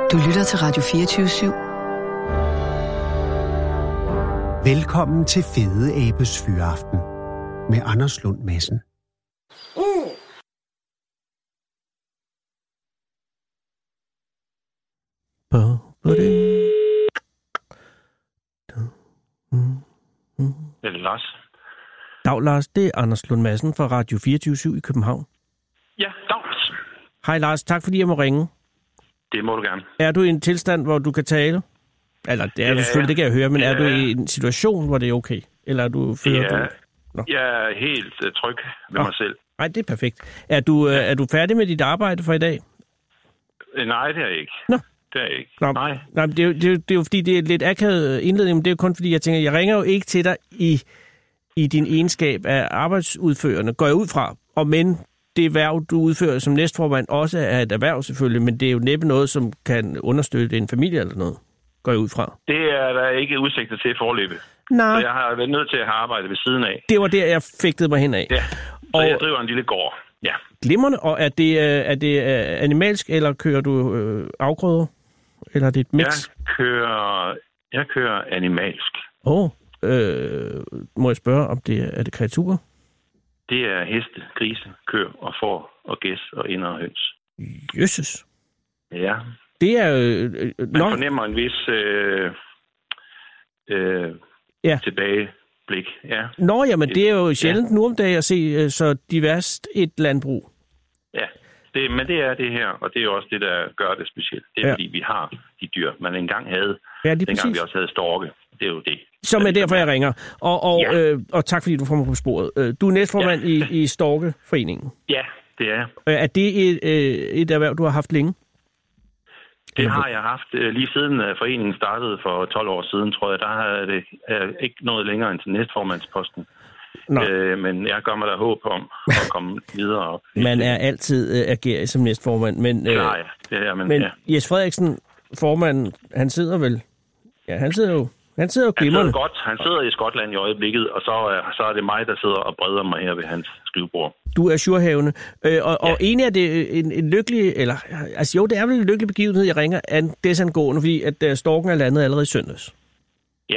Du lytter til Radio 24/7. Velkommen til Fede Abes Fyraften med Anders Lund Madsen. Det er Lars. Dag Lars, det er Anders Lund Madsen fra Radio 24/7 i København. Ja, Lars. Hej Lars, tak fordi jeg må ringe. Det må du gerne. Er du i en tilstand, hvor du kan tale? Eller det er du selvfølgelig, det kan jeg høre, men er du i en situation, hvor det er okay? Eller er du føler du? Jeg er helt tryg ved mig selv. Nej, det er perfekt. Er du færdig med dit arbejde for i dag? Nej, det er jeg ikke. Nå. Det er jeg ikke. Nå. Nej. Nej, det er jo fordi, det er lidt akavet indledning, men det er jo kun fordi, jeg tænker, jeg ringer jo ikke til dig i din egenskab af arbejdsudførende, går jeg ud fra. Og men det erhverv, du udfører som næstformand, også er et erhverv selvfølgelig, men det er jo næppe noget, som kan understøtte en familie eller noget, går jeg ud fra. Det er der ikke udsigter til foreløbet. Nej. Så jeg har været nødt til at have arbejdet ved siden af. Det var der, jeg fægtede mig hen af. Ja, så jeg driver en lille gård. Ja. Glimrende, og er det animalsk, eller kører du afgrøder? Eller er det et mix? Jeg kører animalsk. Må jeg spørge, om det er det kreaturer? Det er heste, grise, køer og får og gæs og inder og høns. Jøsses. Ja. Det er Man fornemmer en vis tilbageblik. Ja. Nå, jamen det er jo sjældent nu om dagen at se så diverst et landbrug. Ja, men det er det her, og det er jo også det, der gør det specielt. Det er fordi, vi har de dyr, man engang havde. Ja, dengang vi også havde storke. Det er jo det. Som er derfor, jeg ringer. Og tak, fordi du får mig på sporet. Du er næstformand i Storkeforeningen. Ja, det er. Er det et erhverv, du har haft længe? Det har jeg haft lige siden foreningen startede for 12 år siden, tror jeg. Der har det ikke nået længere end til næstformandsposten. Men jeg gør mig da håb om at komme videre op. Man er altid agerig som næstformand. Men, nej, det er man. Men Jes Frederiksen, formanden, han sidder vel... Ja, han sidder jo glimrende. Han sidder i Skotland i øjeblikket, og så er det mig, der sidder og breder mig her ved hans skrivebord. Du er surhavende. Og egentlig er det en lykkelig... Eller, altså jo, det er vel en lykkelig begivenhed, jeg ringer desangående, fordi at storken er landet allerede i søndags. Ja.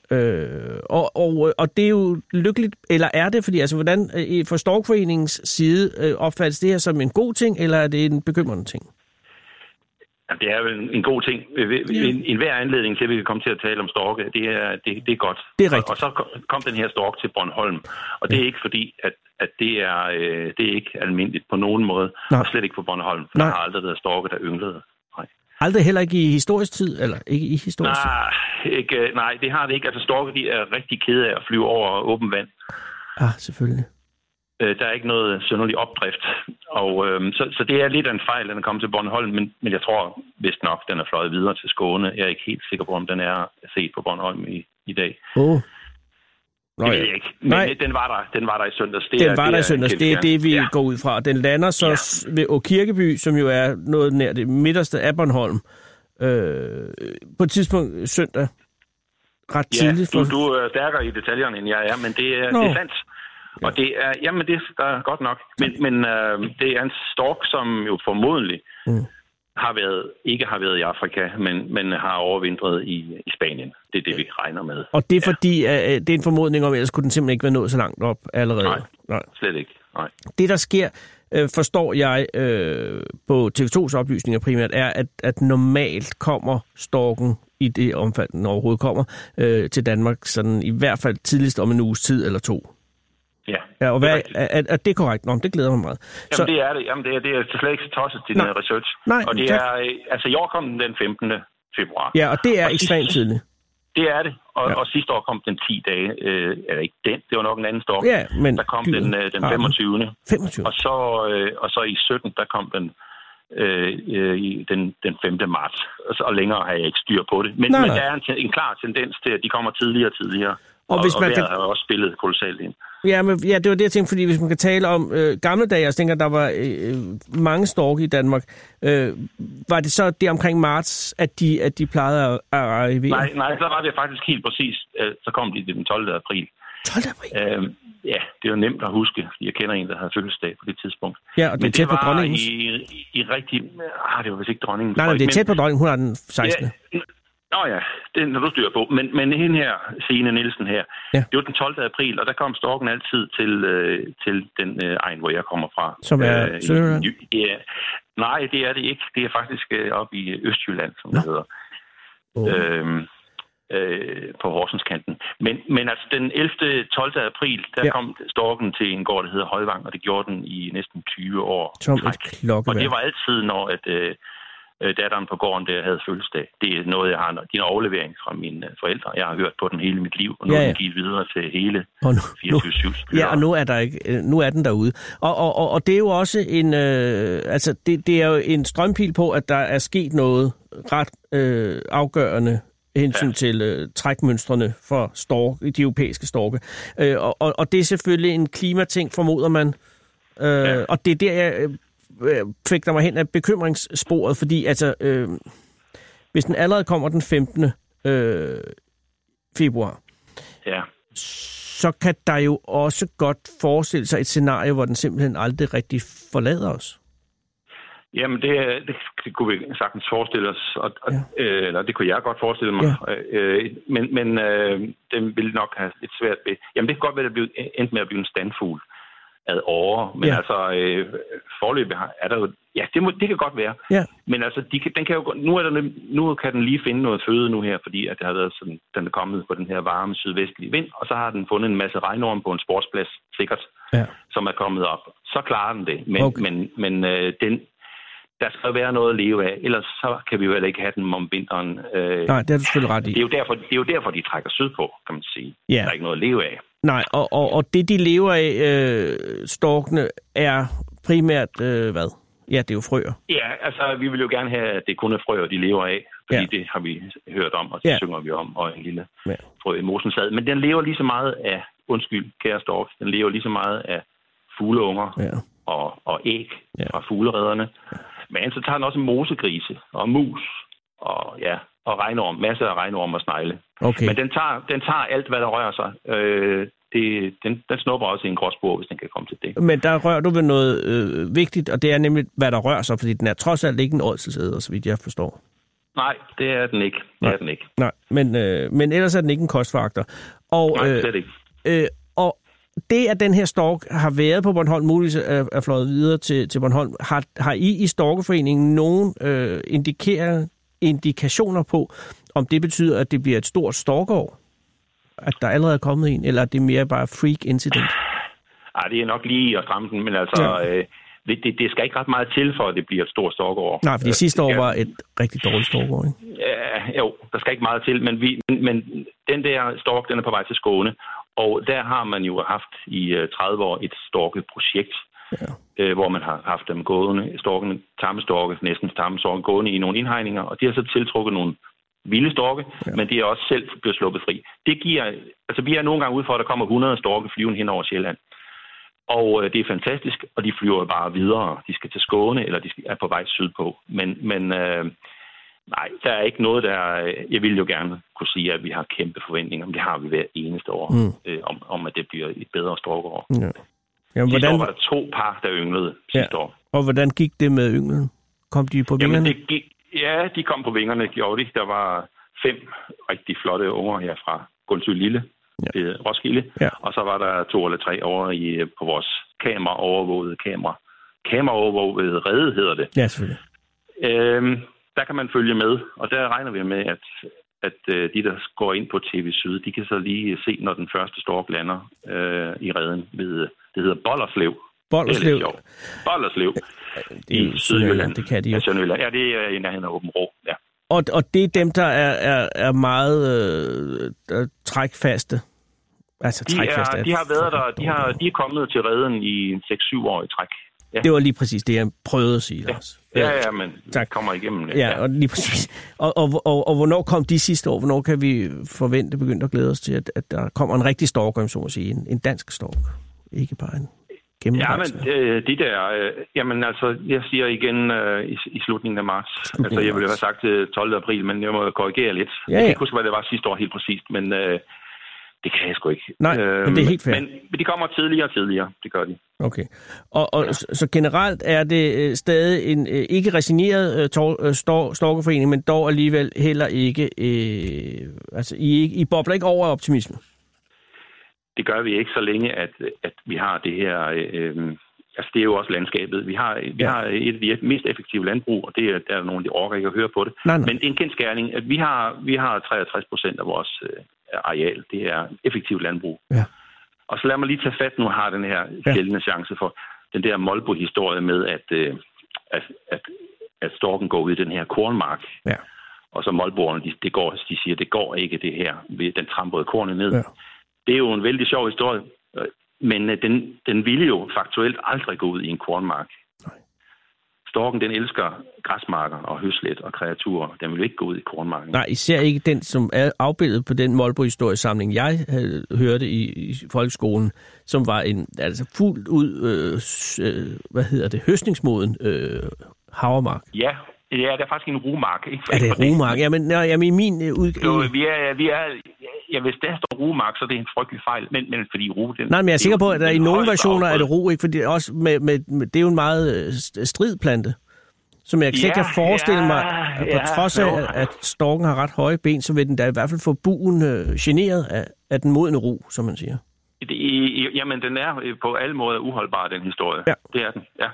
Og det er jo lykkeligt, eller er det? Fordi altså, hvordan fra Storkforeningens side opfattes det her som en god ting, eller er det en bekymrende ting? Jamen, det er jo en god ting. En hver anledning til, at vi kan komme til at tale om storke, det er godt. Det er rigtigt. Og så kom den her stork til Bornholm. Og det er ikke fordi, at det er ikke almindeligt på nogen måde. Nej. Og slet ikke på Bornholm. For der har aldrig været storke, der ynglede. Nej. Aldrig heller ikke i historisk tid? Eller ikke i historisk tid? Nej, det har det ikke. Altså storke, de er rigtig kede af at flyve over åben vand. Selvfølgelig. Der er ikke noget synderlig opdrift, og så det er lidt af en fejl, den er kommet til Bornholm, men jeg tror vist nok, den er fløjet videre til Skåne. Jeg er ikke helt sikker på, om den er set på Bornholm i dag. Det ved jeg ikke, men den var der i søndags. Det er det, vi går ud fra. Den lander så ved Åkirkeby, som jo er noget nær det midterste af Bornholm, på et tidspunkt søndag, ret tidligt. Du er stærkere i detaljerne, end jeg er, men det er sandt. Og det er, det er godt nok. Men det er en stork, som jo formodentlig ikke har været i Afrika, men har overvintret i Spanien. Det er det, vi regner med. Og det er fordi, det er en formodning om, ellers kunne den simpelthen ikke være nået så langt op allerede? Nej. Slet ikke. Nej. Det, der sker, forstår jeg på TV2's oplysninger primært, er, at normalt kommer storken i det omfang, den overhovedet kommer, til Danmark, sådan i hvert fald tidligst om en uges tid eller to. Ja, og er det korrekt? Nå, det glæder mig meget. Jamen, det er det. Jamen, det er slet ikke så tosset til din research. Nej, og det er, altså i år kom den 15. februar. Ja, og det er ekstremt tidligt. Det er det. Og sidste år kom den 10 dage. Eller ikke den, det var nok en anden stork. Ja, men der kom den 25. 25. Og så i 17, der kom den den 5. marts. Og længere har jeg ikke styr på det. Men der er en klar tendens til, at de kommer tidligere og tidligere. Og vejret har også spillet kolossalt ind. Ja, det var det, jeg tænkte, fordi hvis man kan tale om gamle dage, jeg tænker, der var mange storke i Danmark. Var det så det omkring marts, at de plejede at arrivere? Nej, så var det faktisk helt præcis. Så kom de den 12. april. 12. april? Ja, det er jo nemt at huske. Jeg kender en, der havde fødselsdag på det tidspunkt. Ja, og det er tæt på dronningens. I rigtig... det var vist ikke dronningens. Nej, det er tæt på dronningen. Hun er den 16. Ja, det når du styrer på. Men hende her, Signe Nielsen her, det var den 12. april, og der kom storken altid til den egen, hvor jeg kommer fra. Som er Sønderjylland? Ja. Nej, det er det ikke. Det er faktisk oppe i Østjylland, som det hedder. På Horsenskanten. Men altså den 11. 12. april, der kom storken til en gård, der hedder Højvang, og det gjorde den i næsten 20 år. Som et klokkevær. Og det var altid, når datteren på gården der havde fødselsdag. Det er noget, jeg har din overlevering fra mine forældre. Jeg har hørt på den hele mit liv, og nu er den givet videre til hele 24/7. Ja, og nu er den derude. Og det er jo også en... det er jo en strømpil på, at der er sket noget ret afgørende hensyn til trækmønstrene for de europæiske storke. Og det er selvfølgelig en klimating, formoder man. Og det er der, jeg fik der mig hen af bekymringssporet, fordi hvis den allerede kommer den 15. februar, så kan der jo også godt forestille sig et scenarie, hvor den simpelthen aldrig rigtig forlader os. Jamen, det kunne vi sagtens forestille os, eller det kunne jeg godt forestille mig. Men den ville nok have lidt svært ved. Jamen, det kan godt være, at det endte med at blive en standfugl ad åre, men foreløbig er der jo... Ja, det kan godt være. Ja. Men altså, den kan jo, nu kan den lige finde noget føde nu her, fordi at det har været sådan, den er kommet på den her varme sydvestlige vind, og så har den fundet en masse regnorm på en sportsplads, sikkert, som er kommet op. Så klarer den det. Men der skal være noget at leve af, ellers så kan vi jo heller ikke have dem om vinteren. Nej, det er du selvfølgelig ret i. Det er jo derfor, de trækker sydpå, kan man sige. Ja. Der er ikke noget at leve af. Nej, og det, de lever af, storkene, er primært hvad? Ja, det er jo frøer. Ja, altså, vi vil jo gerne have, at det kun er frøer, de lever af. Fordi det har vi hørt om, og det synger vi om, og en lille frø i mosen sad. Men den lever lige så meget af, kære stork, den lever lige så meget af fugleunger og æg fra fugleredderne. Men så tager den også mosegrise og mus og regnorm, masser af regnorm og snegle. Okay. Men den tager alt, hvad der rører sig. Den snupper også i en gråspor, hvis den kan komme til det. Men der rører du ved noget vigtigt, og det er nemlig, hvad der rører sig, fordi den er trods alt ikke en ådselsæder, så vidt jeg forstår. Nej, det er den ikke. Nej, men ellers er den ikke en kostfaktor. Nej, slet ikke. Og det, at den her stork har været på Bornholm, muligvis er fløjet videre til Bornholm, har I Storkeforeningen nogen indikationer på, om det betyder, at det bliver et stort storkeår? At der allerede er kommet en, eller er det mere bare freak incident? Ej, det er nok lige at stramme den, men altså, det skal ikke ret meget til, for at det bliver et stort storkeår. Nej, fordi sidste år var et rigtig dårligt storkeår, ikke? Ja, jo, der skal ikke meget til, men den der stork, den er på vej til Skåne, og der har man jo haft i 30 år et storkeprojekt, hvor man har haft dem gående, tammestorke, næsten tammestorke, gående i nogle indhegninger, og de har så tiltrukket nogle vilde storke, men de er også selv blevet sluppet fri. Det giver, altså vi er nogle gange ude for, at der kommer 100 storke flyvende hen over Sjælland. Og det er fantastisk, og de flyver bare videre. De skal til Skåne, eller de er på vej sydpå. Men nej, der er ikke noget, der... Jeg vil jo gerne kunne sige, at vi har kæmpe forventninger, men det har vi hver eneste år, om at det bliver et bedre storkeår. Ja. Jamen, sidste år var der 2 par, der ynglede sidste år. Og hvordan gik det med ynglen? Kom de på vingerne? Ja, de kom på vingerne, gjorde de. Der var 5 rigtig flotte unger her fra Gundsø Lille, Roskilde. Ja. Og så var der 2 eller 3 over på vores kameraovervågede rede, hedder det. Ja, selvfølgelig. Der kan man følge med, og der regner vi med, at de, der går ind på TV Syd, de kan så lige se, når den første stork lander i reden ved, det hedder Bollerslev. Bollerslev i Sydjylland. Det kan de jo. Ja, det er i nærheden af Åben Rå, ja. Og det er dem, der er meget trækfaste? Altså trækfaste? De har været der, de er kommet til reden i 6-7 år i træk. Ja. Det var lige præcis det, jeg prøvede at sige, Lars. Ja, men det kommer igennem. Ja, og lige præcis. Og hvornår kom de sidste år? Hvornår kan vi forvente, begynde at glæde os til, at der kommer en rigtig stork, om så må sige, en dansk stork? Ikke bare en gennemrejse. Ja, men de der... jamen altså, jeg siger igen i slutningen af marts. Altså, jeg ville have sagt 12. april, men jeg må korrigere lidt. Jeg kan ikke huske, hvad det var sidste år helt præcist, men Det kan jeg sgu ikke. Nej, men det er helt fair. Men de kommer tidligere og tidligere. Det gør de. Okay. Så generelt er det stadig en ikke resigneret storkeforening, men dog alligevel heller ikke... I bobler ikke over optimisme? Det gør vi ikke, så længe at vi har det her... det er jo også landskabet. Vi har et af de mest effektive landbrug, og det er der nogen, der orker ikke at høre på det. Nej. Men det er en kendsgerning, at vi har 63% af vores areal. Det er effektivt landbrug. Ja. Og så lad mig lige tage fat, nu har den her sjældne chance for den der Molbo-historie med, at storken går ud i den her kornmark. Ja. Og så Molboerne, de siger, det går ikke det her. Den trampede kornet ned. Ja. Det er jo en vældig sjov historie. Men den ville jo faktuelt aldrig gå ud i en kornmark. Nej. Storken, den elsker græsmarker og høslet og kreaturer. Den vil ikke gå ud i kornmarken. Nej, især ikke den, som er afbildet på den Molbo-historiesamling, jeg hørte i folkeskolen, som var en fuldt ud, høstningsmoden havermark. Ja, det er faktisk en rumark. Ikke? Er det rumark? Jamen i min hvis der står rumark, så er det en frygtelig fejl. Men fordi ru... Nej, men jeg er sikker på, at der i nogle versioner er det ru, ikke? Fordi også det er jo en meget stridplante, som jeg ikke kan forestille mig, at på trods af, at storken har ret høje ben, så vil den da i hvert fald få buen generet af den modne ru, som man siger. Jamen, den er på alle måder uholdbar, den historie. Ja. Det er den, ja.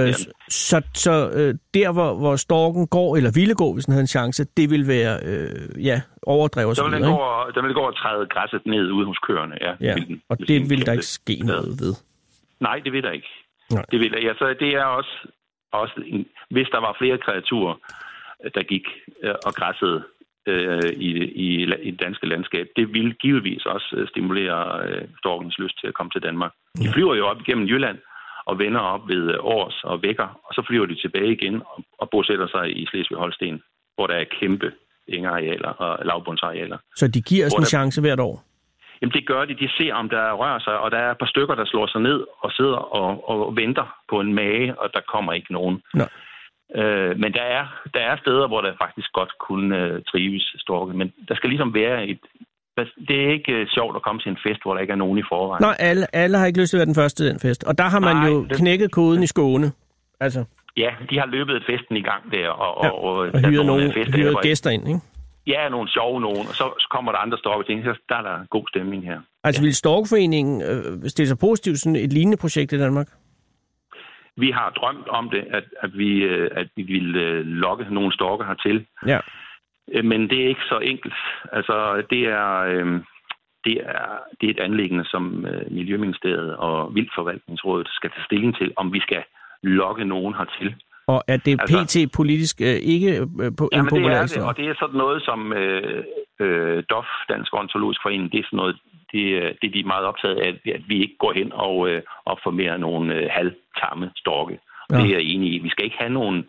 Så der, hvor storken går, eller ville gå, hvis den havde en chance, det vil være, overdrevet. Så den vil gå og træde græsset ned ude hos køerne, ja. Og det vil der ikke ske noget ved. Nej, det vil der ikke. Nej. Det vil der. Ja, så det er også hvis der var flere kreaturer, der gik og græssede i det danske landskab, det ville givetvis også stimulere storkens lyst til at komme til Danmark. De flyver jo op igennem Jylland, og vender op ved Års og Vækker, og så flyver de tilbage igen og bosætter sig i Slesvig-Holsten, hvor der er kæmpe engarealer og lavbundsarealer. Så de giver os en chance hvert år? Jamen det gør de. De ser, om der rører sig, og der er et par stykker, der slår sig ned og sidder og venter på en mage, og der kommer ikke nogen. Nej. Men der er steder, hvor der faktisk godt kunne trives storke, men der skal ligesom være det er ikke sjovt at komme til en fest, hvor der ikke er nogen i forvejen. Nej, alle har ikke lyst til at være den første til den fest. Og der har man knækket koden i Skåne. Altså. Ja, de har løbet festen i gang der. Og hyret gæster ind, ikke? Ja, nogle sjove nogen. Og så kommer der andre storke ting. Så der er der god stemning her. Altså vil Storkeforeningen stille sig positivt sådan et lignende projekt i Danmark? Vi har drømt om det, at vi ville lokke nogle storker hertil. Ja. Men det er ikke så enkelt. Altså, det er et anliggende, som Miljøministeriet og Vildtforvaltningsrådet skal tage stilling til, om vi skal lokke nogen hertil. Og er det PT politisk ikke på en populær historie? Og det er sådan noget som DOF, Dansk Ornitologisk Forening, det er sådan noget, det de er meget optaget af, at vi ikke går hen og opformerer nogle halvtamme storke. Og det er jeg enig i. Vi skal ikke have nogen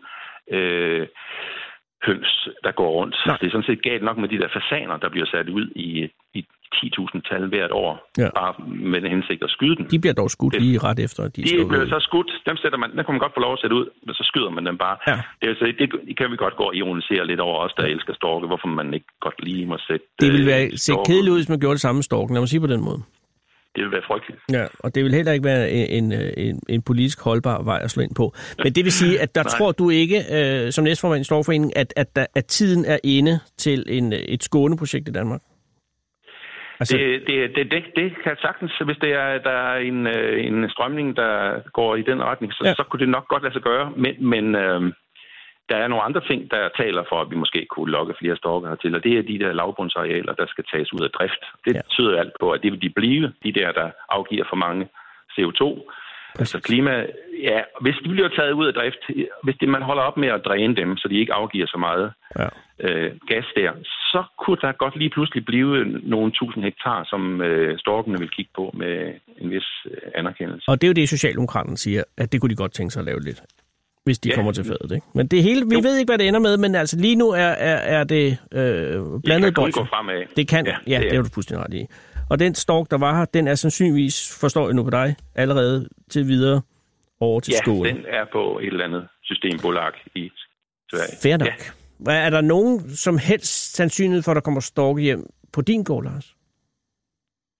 høns, der går rundt. Nej. Det er sådan set galt nok med de der fasaner, der bliver sat ud i 10.000-tal hvert år, bare med den hensigt at skyde dem. De bliver dog skudt lige ret efter, at de bliver så skudt. Dem kan man godt få lov at sætte ud, men så skyder man dem bare. Ja. Det kan vi godt gå og ironisere lidt over os, der elsker storke, hvorfor man ikke godt lige må sætte... Det ville se kedeligt ud, hvis man gjorde det samme med storken, lad mig sige på den måde. Det vil være frygteligt. Ja, og det vil heller ikke være en politisk holdbar vej at slå ind på. Men det vil sige, at der tror du ikke, som næstformand i Storkeforeningen, at tiden er inde til et Skåneprojekt i Danmark? Altså... Det kan sagtens, hvis der er en strømning, der går i den retning, så kunne det nok godt lade sig gøre. Men der er nogle andre ting, der taler for, at vi måske kunne lokke flere storker hertil, og det er de der lavbundsarealer, der skal tages ud af drift. Det tyder alt på, at det vil de blive, de der afgiver for mange CO2. Altså klima, hvis de bliver taget ud af drift, hvis man holder op med at dræne dem, så de ikke afgiver så meget gas der, så kunne der godt lige pludselig blive nogle 1000 hektar, som storkene vil kigge på med en vis anerkendelse. Og det er jo det, Socialdemokraterne siger, at det kunne de godt tænke sig at lave lidt, hvis de kommer til fadet, ikke? Men det hele, vi ved ikke, hvad det ender med, men altså lige nu er det blandet bold. Det kan gå fremad. Det kan, det er du fuldstændig ret i. Og den stork, der var her, den er sandsynligvis, forstår jeg nu på dig, allerede til videre over til Skåne. Ja, den er på et eller andet systembolag i Sverige. Fair nok. Ja. Er der nogen som helst sandsynlighed for, at der kommer storke hjem på din gård, Lars?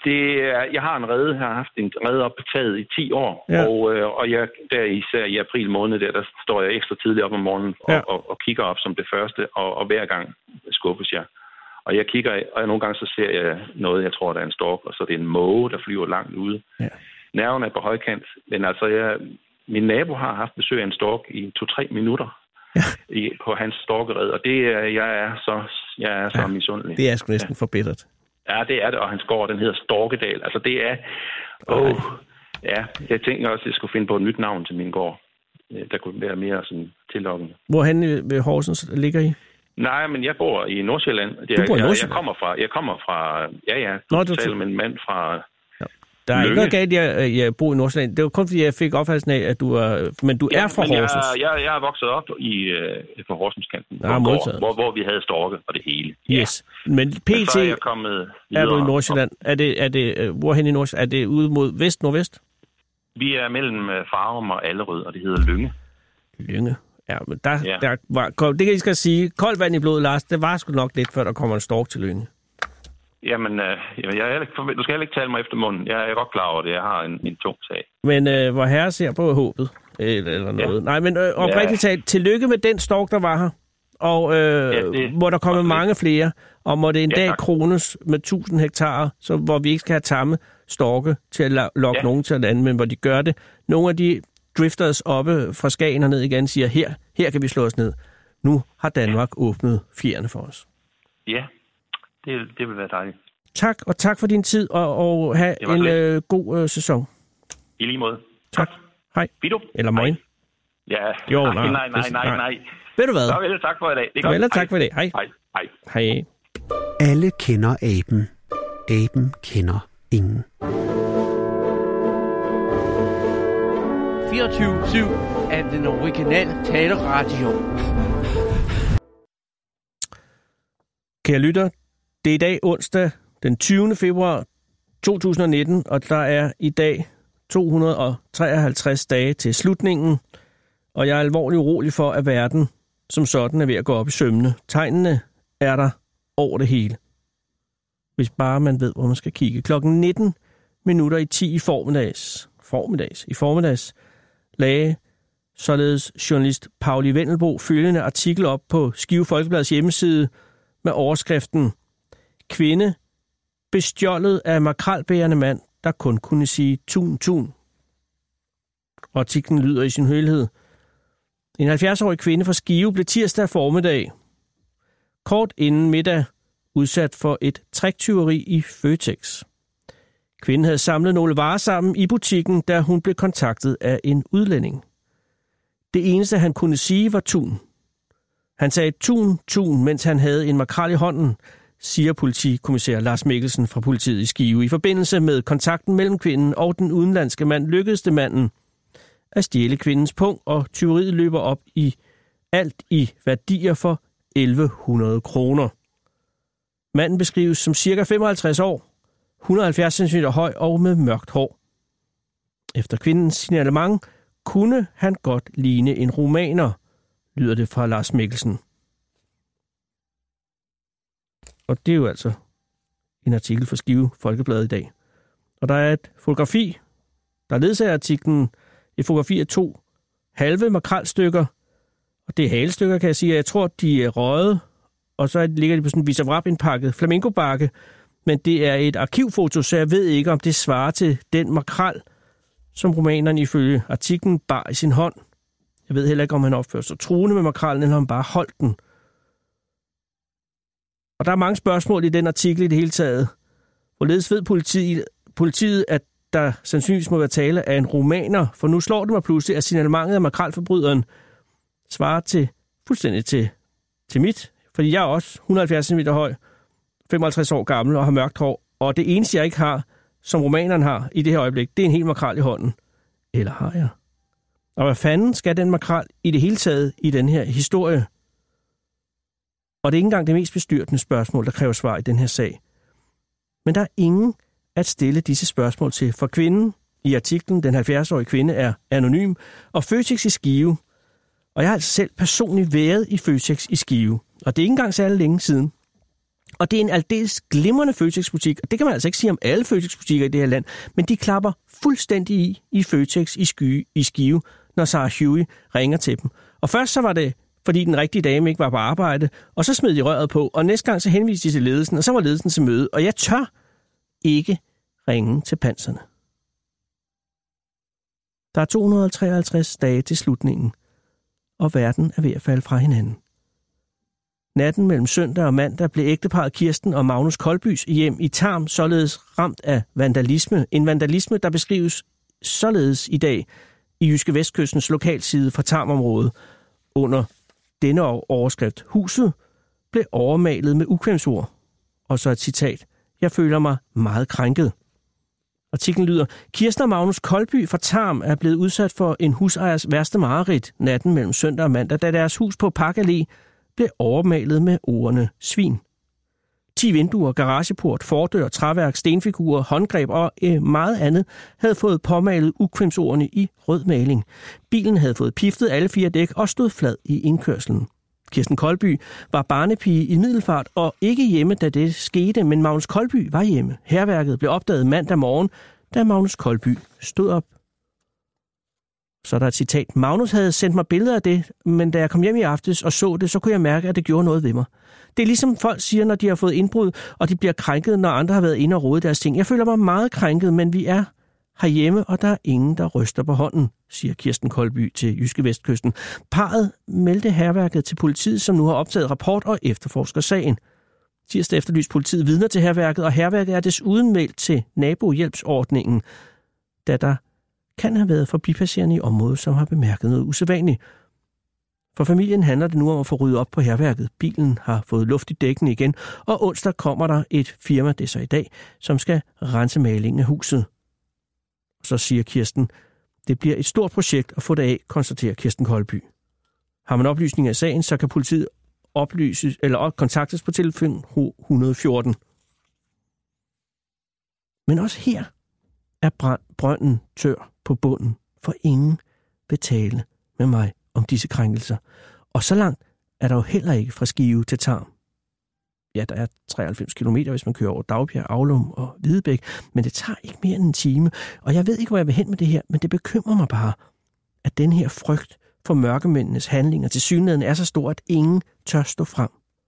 Jeg har en rede. Jeg har haft en rede op på taget i 10 år. Ja. Og jeg, der især i april måned, der står jeg ekstra tidligt op om morgenen og kigger op som det første. Og hver gang skuffes jeg. Og jeg kigger, og nogle gange så ser jeg noget, jeg tror, der er en stork. Og så er det en måge, der flyver langt ude. Ja. Nerven er på højkant. Men altså, min nabo har haft besøg af en stork i 2-3 minutter. Ja. På hans storkerede. Og det jeg er så misundelig. Det er sgu næsten forbedret. Ja, det er det, og hans gård, den hedder Storkedal. Altså, det er... ja, jeg tænker også, at jeg skulle finde på et nyt navn til min gård. Der kunne være mere sådan tillokkende. Hvorhen ved Horsens ligger I? Nej, men jeg bor i Nordsjælland. Du bor i Nordsjælland? Jeg kommer fra... Ja, du taler med en mand fra... Der er ikke noget galt, jeg bor i Nordsjælland. Det var kun fordi, jeg fik opfattelsen af, at du er... Men du er fra Horsens. Jeg er vokset op på Horsenskanten, hvor vi havde storke og det hele. Yes. Men PT er du i Nordsjælland. Er det hvorhen i Nordsjælland? Er det ude mod vest, nordvest? Vi er mellem Farum og Allerød, og det hedder Lynge. Lynge. Ja, men der var... Det kan jeg skal sige. Koldt vand i blodet, Lars. Det var sgu nok lidt, før der kommer en stork til Lynge. Jamen, du skal heller ikke tale mig efter munden. Jeg er godt klar over det. Jeg har en tung sag. Men hvor herre ser på håbet, eller noget. Ja. Nej, men oprigtigt talt, tillykke med den stork, der var her. Og hvor der kommer mange flere, og må det en dag krones med 1000 hektarer, så, hvor vi ikke skal have tamme storke til at lokke nogen til at lande, men hvor de gør det. Nogle af de drifters oppe fra Skagen og ned igen siger, her kan vi slå os ned. Nu har Danmark åbnet fjerne for os. Ja. Det vil være dejligt. Tak, og tak for din tid, og have en god sæson. I lige måde. Tak. Hej. Vido. Eller morgen. Ja. Jo, nej. Ved du hvad? Så vel, tak for i dag. Det er godt. Vel, tak for i dag. Hej. Hej. Alle kender aben. Aben kender ingen. 24/7 er den originale taleradio. Kære lytter, det er i dag onsdag den 20. februar 2019, og der er i dag 253 dage til slutningen, og jeg er alvorligt urolig for, at verden som sådan er ved at gå op i sømmene. Tegnene er der over det hele. Hvis bare man ved, hvor man skal kigge. Klokken 19 minutter i 10 i formiddags lagde således journalist Pauli Vendelbo følgende artikel op på Skive Folkebladets hjemmeside med overskriften Kvinde bestjålet af makrelbærende mand, der kun kunne sige tun, tun. Artiklen lyder i sin helhed. En 70-årig kvinde fra Skive blev tirsdag formiddag, kort inden middag, udsat for et tricktyveri i Føtex. Kvinden havde samlet nogle varer sammen i butikken, da hun blev kontaktet af en udlænding. Det eneste, han kunne sige, var tun. Han sagde tun, tun, mens han havde en makrel i hånden, siger politikommissær Lars Mikkelsen fra politiet i Skive. I forbindelse med kontakten mellem kvinden og den udenlandske mand lykkedes det manden at stjæle kvindens pung, og tyveriet løber op i alt i værdier for 1100 kroner. Manden beskrives som cirka 55 år, 170 cm høj og med mørkt hår. Efter kvindens signalement kunne han godt ligne en rumæner, lyder det fra Lars Mikkelsen. Og det er jo altså en artikel fra Skive Folkebladet i dag. Og der er et fotografi, der ledsager artiklen. Et fotografi af 2 halve makrelstykker. Og det er halestykker, kan jeg sige. Jeg tror, de er røget. Og så ligger de på sådan en visavrap-indpakket flamingobakke. Men det er et arkivfoto, så jeg ved ikke, om det svarer til den makrel, som romaneren ifølge artiklen bar i sin hånd. Jeg ved heller ikke, om han opførte sig truende med makrellen, eller om han bare holdt den. Og der er mange spørgsmål i den artikel i det hele taget. Hvorledes ved politiet, at der sandsynligvis må være tale af en rumæner, for nu slår det mig pludselig, at signalementet af makrelforbryderen svarer fuldstændig til mit, fordi jeg er også 170 cm høj, 55 år gammel og har mørkt hår, og det eneste, jeg ikke har, som rumæneren har i det her øjeblik, det er en hel makrel i hånden. Eller har jeg? Og hvad fanden skal den makrel i det hele taget i den her historie? Og det er ikke engang det mest bestyrtende spørgsmål, der kræver svar i den her sag. Men der er ingen at stille disse spørgsmål til, for kvinden i artiklen, den 70-årige kvinde, er anonym, og Føtex i Skive. Og jeg har altså selv personligt været i Føtex i Skive, og det er ikke engang særlig længe siden. Og det er en aldeles glimrende Føtex-butik, og det kan man altså ikke sige om alle Føtex-butikker i det her land, men de klapper fuldstændig i Føtex i Skive, når Sarah Huey ringer til dem. Og først så var det, fordi den rigtige dame ikke var på arbejde, og så smed de røret på, og næste gang så henviste de til ledelsen, og så var ledelsen til møde, og jeg tør ikke ringe til panserne. Der er 253 dage til slutningen, og verden er ved at falde fra hinanden. Natten mellem søndag og mandag blev ægteparret Kirsten og Magnus Koldbys hjem i Tarm således ramt af vandalisme. En vandalisme, der beskrives således i dag i Jyske Vestkystens lokalside fra Tarmområdet under denne overskrift. Huset blev overmalet med ukvemsord. Og så et citat. Jeg føler mig meget krænket. Artiklen lyder, Kirsten og Magnus Koldby fra Tarm er blevet udsat for en husejers værste mareridt natten mellem søndag og mandag, da deres hus på Park Allé blev overmalet med ordene svin. 10 vinduer, garageport, fordør, træværk, stenfigurer, håndgreb og meget andet havde fået påmalet ukvemsordene i rød maling. Bilen havde fået piftet alle 4 dæk og stod flad i indkørslen. Kirsten Koldby var barnepige i Middelfart og ikke hjemme, da det skete, men Magnus Koldby var hjemme. Hærværket blev opdaget mandag morgen, da Magnus Koldby stod op. Så er der et citat. Magnus havde sendt mig billeder af det, men da jeg kom hjem i aftes og så det, så kunne jeg mærke, at det gjorde noget ved mig. Det er ligesom folk siger, når de har fået indbrud, og de bliver krænket, når andre har været inde og rode deres ting. Jeg føler mig meget krænket, men vi er herhjemme, og der er ingen, der ryster på hånden, siger Kirsten Koldby til Jyske Vestkysten. Parret meldte hærværket til politiet, som nu har optaget rapport og efterforsker sagen. Tirsdag efterlyste politiet vidner til hærværket, og hærværket er desuden meldt til nabohjælpsordningen, da der kan have været forbipasserende i området, som har bemærket noget usædvanligt. For familien handler det nu om at få ryddet op på hærværket. Bilen har fået luft i dækkene igen, og onsdag kommer der et firma, det er så i dag, som skal rense malingen af huset. Så siger Kirsten, det bliver et stort projekt at få det af, konstaterer Kirsten Koldby. Har man oplysninger af sagen, så kan politiet oplyses eller kontaktes på telefon 114. Men også her er brønden tør på bunden, for ingen vil tale med mig om disse krænkelser. Og så langt er der jo heller ikke fra Skive til Tarm. Ja, der er 93 kilometer, hvis man kører over Dagbjerg, Aulum og Hvidebæk, men det tager ikke mere end en time. Og jeg ved ikke, hvor jeg vil hen med det her, men det bekymrer mig bare, at den her frygt for mørkemændenes handlinger til synligheden er så stor, at ingen tør stå frem.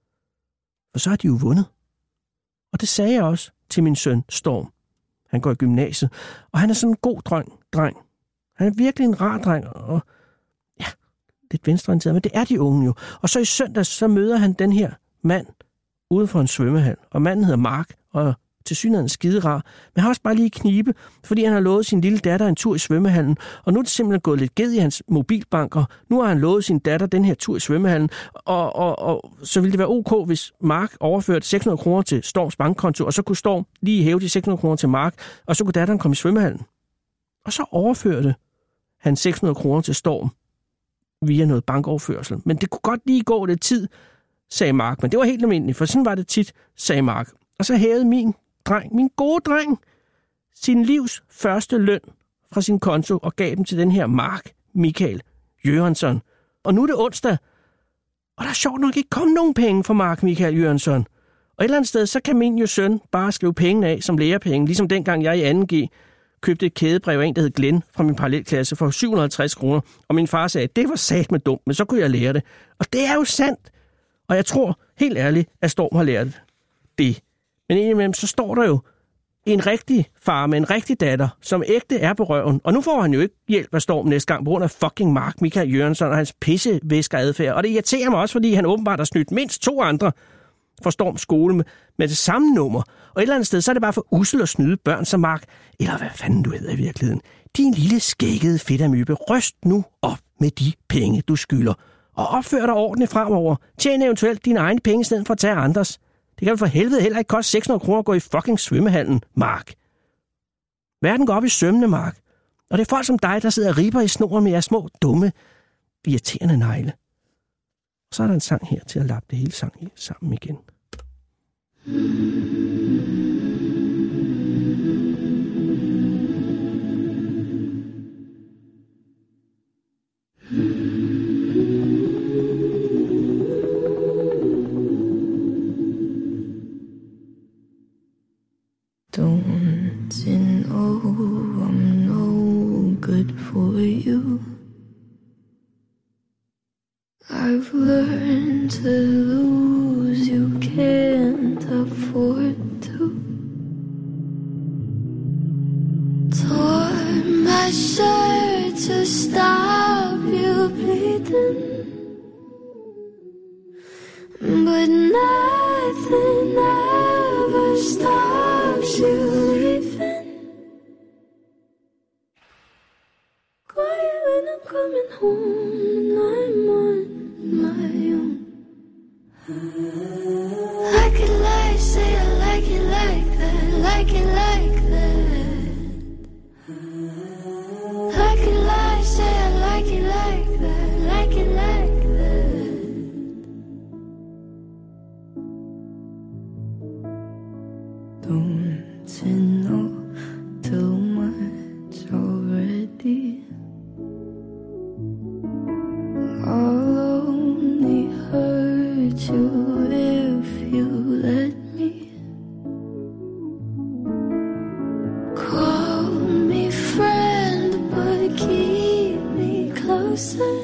For så har de jo vundet. Og det sagde jeg også til min søn Storm. Han går i gymnasiet, og han er sådan en god dreng. Han er virkelig en rar dreng, og ja, lidt venstreorienteret, men det er de unge jo. Og så i søndags, så møder han den her mand ude for en svømmehal, og manden hedder Mark, og tilsyneladende skide rar, men har også bare lige knibe, fordi han har lovet sin lille datter en tur i svømmehallen, og nu er det simpelthen gået lidt ged i hans mobilbank, og nu har han lovet sin datter den her tur i svømmehallen, og så ville det være ok, hvis Mark overførte 600 kroner til Storms bankkonto, og så kunne Storm lige hæve de 600 kroner til Mark, og så kunne datteren komme i svømmehallen. Og så overførte han 600 kroner til Storm via noget bankoverførsel. Men det kunne godt lige gå lidt tid, sagde Mark, men det var helt almindeligt, for sådan var det tit, sagde Mark. Og så hævede min gode dreng, sin livs første løn fra sin konto og gav dem til den her Mark Michael Jørgensen. Og nu er det onsdag, og der er sjovt nok ikke kommet nogen penge fra Mark Michael Jørgensen. Og et eller andet sted, så kan min jo søn bare skrive pengene af som lærepenge, ligesom dengang jeg i 2G købte et kædebrev af en, der hed Glenn fra min parallelklasse for 750 kroner. Og min far sagde, at det var satme dumt, men så kunne jeg lære det. Og det er jo sandt. Og jeg tror helt ærligt, at Storm har lært det. Men indimellem så står der jo en rigtig far med en rigtig datter, som ægte er på røven. Og nu får han jo ikke hjælp af Storm næste gang, på grund af fucking Mark Michael Jørgensen og hans pissevæskeradfærd. Og det irriterer mig også, fordi han åbenbart har snydt mindst 2 andre fra Storms skole med det samme nummer. Og et eller andet sted, så er det bare for ussel at snyde børn som Mark, eller hvad fanden du hedder i virkeligheden. Din lille skækkede fedtamøbe, ryst nu op med de penge, du skylder. Og opfør dig ordentligt fremover. Tjen eventuelt dine egne penge, i stedet for at tage andres. Det kan jo for helvede heller ikke koste 600 kroner at gå i fucking svømmehallen, Mark. Verden går op i sømmene, Mark. Og det er folk som dig, der sidder og ribber i snoren med jeres små, dumme, irriterende negle. Og så er der en sang her til at lappe det hele sammen igen. lose, you can't afford to. Tore my shirt to stop you bleeding, but nothing ever stops you leaving. Quiet when I'm coming home and I'm on my own. I could lie, say I like it like that, like it like that. I could lie, say I like it like that, like it like that. Don't you know too much already? I'll only hurt you if you let me. Call me friend, but keep me closer.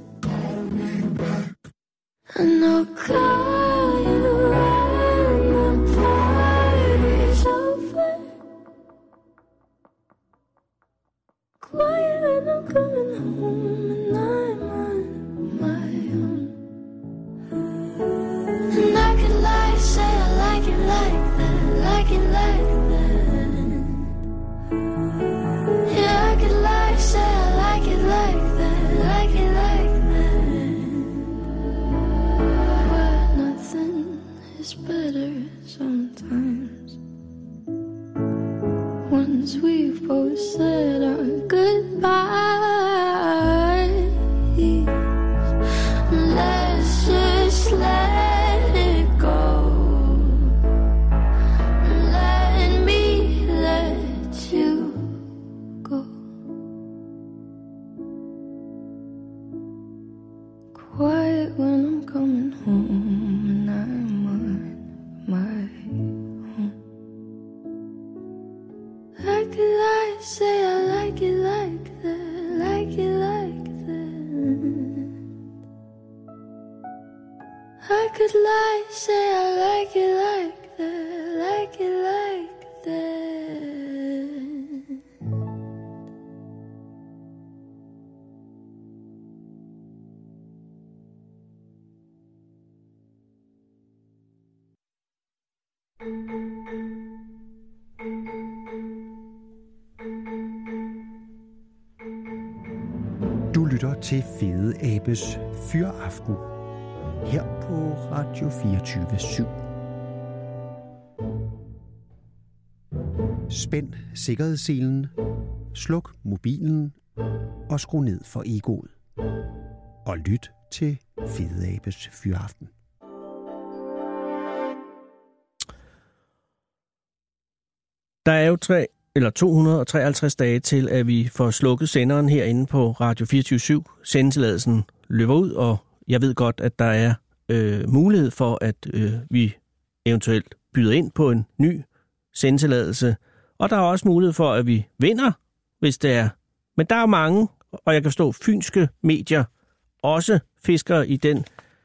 And I'll call you when the party's over. Quiet when I'm coming home and I'm on my own. And I could lie, say I like it like that, like it like that. Yeah, I could lie, say I like it like that, like it like that. But nothing is better sometimes. Once we've both said our goodbyes, let's just let it go. Let me let you go. Quiet when I'm coming home and I'm on my own. I could lie, say I like it like that, like it like that. I could lie, say I like it like that, like it like that. Du lytter til Fede Abes Fyraften her på Radio 24/7. Spænd sikkerhedsselen, sluk mobilen og skru ned for egoet. Og lyt til Fede Abes Fyraften. Der er jo 253 dage til, at vi får slukket senderen herinde på Radio 24/7. Sendetilladelsen løber ud, og jeg ved godt, at der er mulighed for, at vi eventuelt byder ind på en ny sendetilladelse. Og der er også mulighed for, at vi vinder, hvis det er. Men der er mange, og jeg kan forstå, fynske medier også fisker i den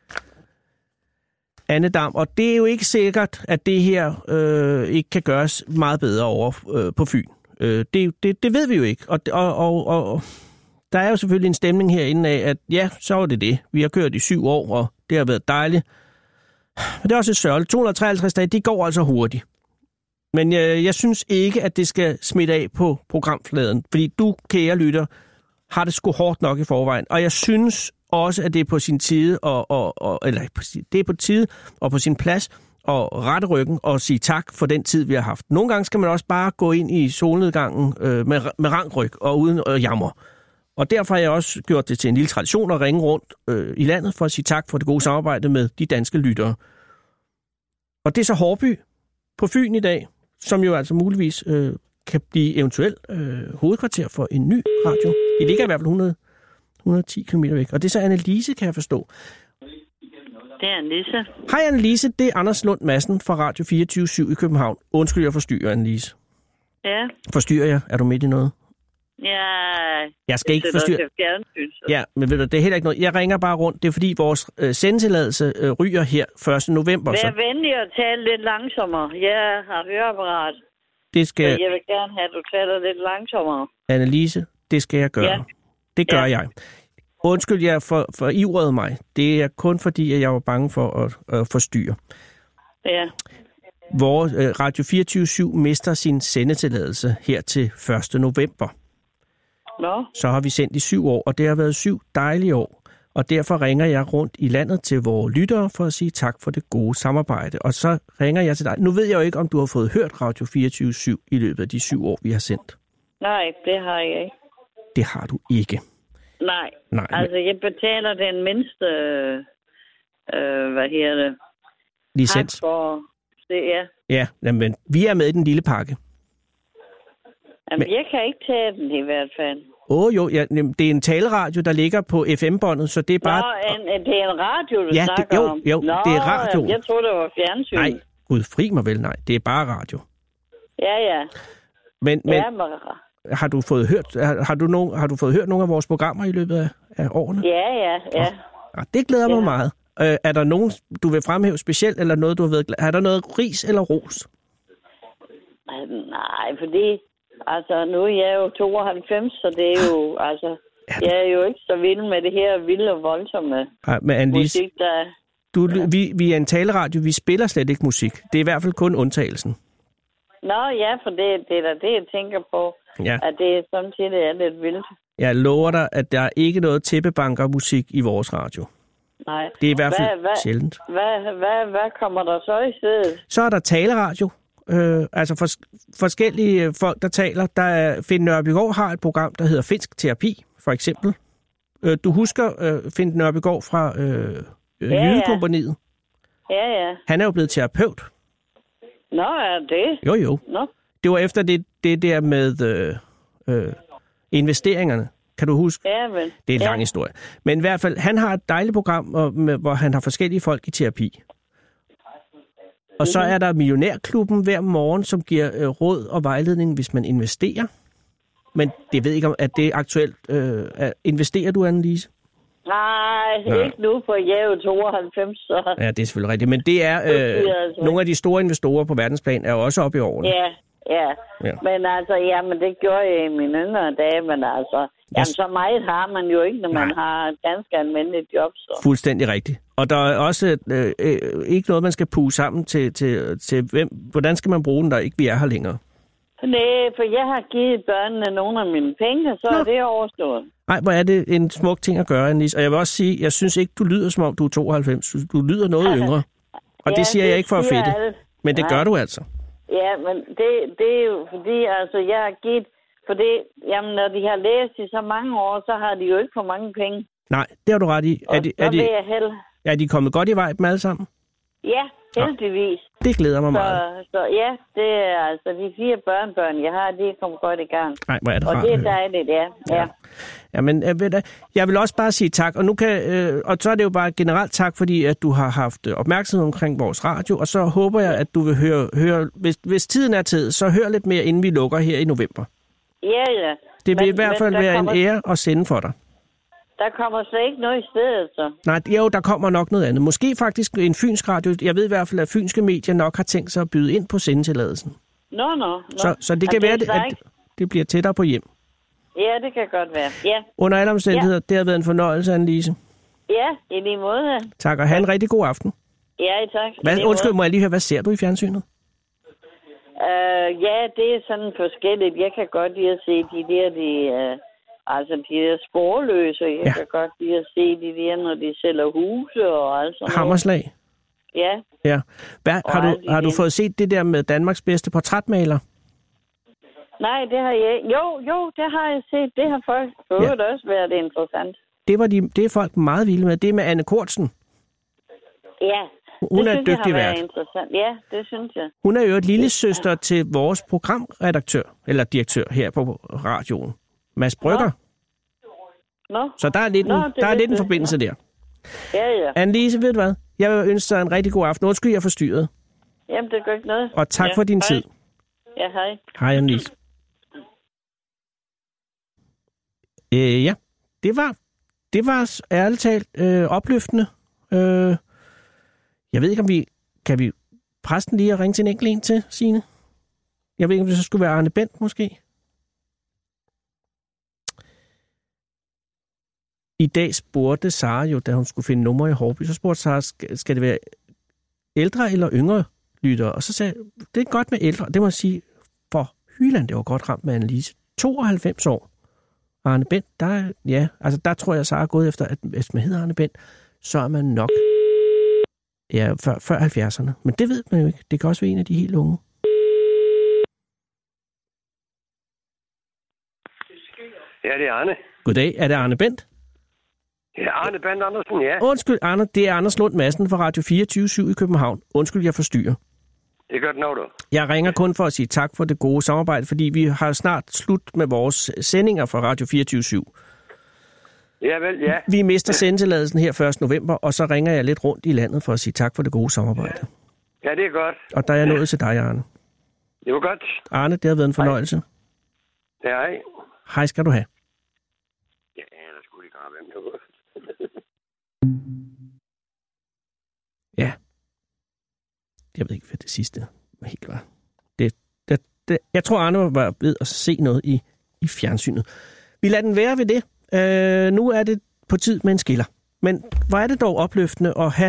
andedam. Og det er jo ikke sikkert, at det her ikke kan gøres meget bedre over på Fyn. Det ved vi jo ikke. Og der er jo selvfølgelig en stemning herinde af, at ja, så var det. Vi har kørt i 7 år, og det har været dejligt. Men det er også et sørgeligt. 253 dage, det går altså hurtigt. Men jeg synes ikke, at det skal smitte af på programfladen. Fordi du, kære lytter, har det sgu hårdt nok i forvejen. Og jeg synes også, at det er på sin tid, det er på tide og på sin plads at rette ryggen og sige tak for den tid, vi har haft. Nogle gange skal man også bare gå ind i solnedgangen med rankryg og uden at jamre. Og derfor har jeg også gjort det til en lille tradition at ringe rundt i landet for at sige tak for det gode samarbejde med de danske lyttere. Og det er så Hårby på Fyn i dag, som jo altså muligvis kan blive eventuelt hovedkvarter for en ny radio. Det ligger i hvert fald 110 km væk. Og det er så Annelise, kan jeg forstå. Det er Annelise. Hej Annelise, det er Anders Lund Madsen fra Radio 24/7 i København. Undskyld, jeg forstyrrer, Annelise. Ja. Forstyrrer jeg? Er du midt i noget? Ja, Jeg skal ikke forstyrre. Ja, men ved du, det er heller ikke noget. Jeg ringer bare rundt. Det er fordi vores sendetilladelse ryger her 1. november. Vær venlig at tale lidt langsommere. Jeg har høreapparat. Det skal... Så jeg vil gerne have, at du taler lidt langsommere. Annelise, det skal jeg gøre. Ja. Det gør jeg. Undskyld, jeg for ivrede mig. Det er kun fordi, at jeg var bange for at forstyrre. Ja. Vores Radio 24/7 mister sin sendetilladelse her til 1. november. Nå. Så har vi sendt i 7 år, og det har været 7 dejlige år. Og derfor ringer jeg rundt i landet til vores lyttere for at sige tak for det gode samarbejde. Og så ringer jeg til dig. Nu ved jeg jo ikke, om du har fået hørt Radio 24/7 i løbet af de 7 år, vi har sendt. Nej, det har jeg ikke. Det har du ikke. Nej. Nej. Altså, jeg betaler den mindste, Licens. For det, ja. Ja, men vi er med i den lille pakke. Jamen, jeg kan ikke tage den i hvert fald. Jo, ja, det er en taleradio, der ligger på FM-båndet, så det er bare... Nå, det er en radio, du snakker om? Jo, det er radio. Jeg troede, det var fjernsyn. Nej, gud fri mig vel, nej. Det er bare radio. Ja. Men har du fået hørt nogle af vores programmer i løbet af årene? Ja. Det glæder mig meget. Er der nogen, du vil fremhæve specielt, eller noget, du har været glad? Er der noget ris eller ros? Nej, fordi... Altså, nu er jeg jo 92, så det er jo, altså, jeg er jo ikke så vild med det her vilde og voldsomme musik, der... Vi er en taleradio, vi spiller slet ikke musik. Det er i hvert fald kun undtagelsen. Nå ja, for det er da det, jeg tænker på, at det samtidig er lidt vildt. Jeg lover dig, at der er ikke noget tæppebanker-musik i vores radio. Nej. Det er i hvert fald sjældent. Hvad kommer der så i stedet? Så er der taleradio. Altså forskellige folk, der taler. Der er Finn Nørbegaard har et program, der hedder Finsk Terapi, for eksempel. Du husker Finn Nørbegaard fra Jydekompagniet? Ja. Han er jo blevet terapeut. Nå, er det? Jo. Nå. Det var efter det der med investeringerne. Kan du huske? Ja, men... Det er en lang historie. Men i hvert fald, han har et dejligt program, hvor han har forskellige folk i terapi. Og så er der Millionærklubben hver morgen, som giver råd og vejledning, hvis man investerer. Men det ved ikke, om at det er aktuelt. Investerer du, Annelise? Nej, ikke nu, for jeg er jo 92. Så... Ja, det er selvfølgelig rigtigt. Men det er nogle af de store investorer på verdensplan er jo også oppe i årene. Ja. Men altså, jamen det gjorde jeg i mine yngre dage, men altså... Jamen, så meget har man jo ikke, når man har et ganske almindeligt job. Så. Fuldstændig rigtigt. Og der er også ikke noget, man skal puge sammen til hvem. Hvordan skal man bruge den, der ikke vi er her længere? Nej, for jeg har givet børnene nogle af mine penge, så er det overstået. Nej, hvor er det en smuk ting at gøre, Annelise. Og jeg vil også sige, jeg synes ikke, du lyder som om du er 92. Du lyder noget yngre. Og det siger jeg ikke for at fedte. Men det gør du altså. Ja, men det er jo fordi, altså jeg har givet... Fordi, jamen, når de har læst i så mange år, så har de jo ikke for mange penge. Nej, det har du ret i. Er de kommet godt i vej dem alle sammen? Ja, heldigvis. Det glæder mig meget. Så ja, det er altså de 4 børnebørn, jeg har, de er kommet godt i gang. Nej, hvor er det rart. Og det er dejligt, ja. Jamen, jeg vil også bare sige tak, og nu og så er det jo bare generelt tak, fordi at du har haft opmærksomhed omkring vores radio, og så håber jeg, at du vil høre hvis tiden er tid, så hør lidt mere, inden vi lukker her i november. Ja. Det vil i hvert fald være en ære at sende for dig. Der kommer så ikke noget i stedet, så? Nej, jo, der kommer nok noget andet. Måske faktisk en fynsk radio. Jeg ved i hvert fald, at fynske medier nok har tænkt sig at byde ind på sendetilladelsen. Nå. Så det kan være, at det bliver tættere på hjem. Ja, det kan godt være. Ja. Under alle omstændigheder, det har været en fornøjelse, Annelise. Ja, i lige måde. Tak, og have en rigtig god aften. Ja, tak. Undskyld, må jeg lige høre, hvad ser du i fjernsynet? Ja, det er sådan forskelligt. Jeg kan godt lide at se de der sporløse. Jeg kan godt lide at se de der, når de sælger huse og alt sådan noget. Hammerslag? Ja. Har du fået set det der med Danmarks bedste portrætmaler? Nej, det har jeg ikke. Jo, det har jeg set. Det har folk også været interessant. Det er folk meget vilde med. Det er med Anne Kortsen. Ja. Hun er en dygtig vært. Ja, det synes jeg. Hun er jo et lille søster til vores programredaktør, eller direktør her på radioen, Mads Brygger. Nå. Så der er lidt en forbindelse der. Ja. Annelise, ved du hvad? Jeg vil ønske dig en rigtig god aften. Undskyld, jeg forstyrrede. Jamen, det gør ikke noget. Og tak for din tid. Ja, hej. Hej, Annelise. Ja, det var ærligt talt opløftende. Jeg ved ikke, kan vi præsten lige at ringe til en enkelt en til, Signe? Jeg ved ikke, om det så skulle være Arne Bent, måske? I dag spurgte Sara jo, da hun skulle finde nummer i Hårby, så spurgte Sara, skal det være ældre eller yngre lyttere? Og så sagde jeg, det er godt med ældre. Det må jeg sige, for Hyland, det var godt ramt med Annelise. 92 år. Arne Bent, der tror jeg, Sara er gået efter, at hvis man hedder Arne Bent, så er man nok før 70'erne. Men det ved man jo ikke. Det kan også være en af de helt unge. Ja, det er Arne. Goddag, er det Arne Bent? Ja, Arne Bent Andersen, ja. Undskyld, Arne, det er Anders Lund Madsen fra Radio 24/7 i København. Undskyld, jeg forstyrrer. Det gør det nok, du. Jeg ringer kun for at sige tak for det gode samarbejde, fordi vi har snart slut med vores sendinger fra Radio 24/7. Ja, vel, ja. Vi mister sendetilladelsen her 1. november, og så ringer jeg lidt rundt i landet for at sige tak for det gode samarbejde. Ja, det er godt. Og der er jeg nået til dig, Arne. Det var godt. Arne, det har været en fornøjelse. Hej. Hej skal du have. Ja, der skulle ikke have hvem det var. Ja. Jeg ved ikke, hvad det sidste helt var. Jeg tror, Arne var ved at se noget i fjernsynet. Vi lader den være ved det. Nu er det på tid med en skiller. Men hvor er det dog opløftende at have,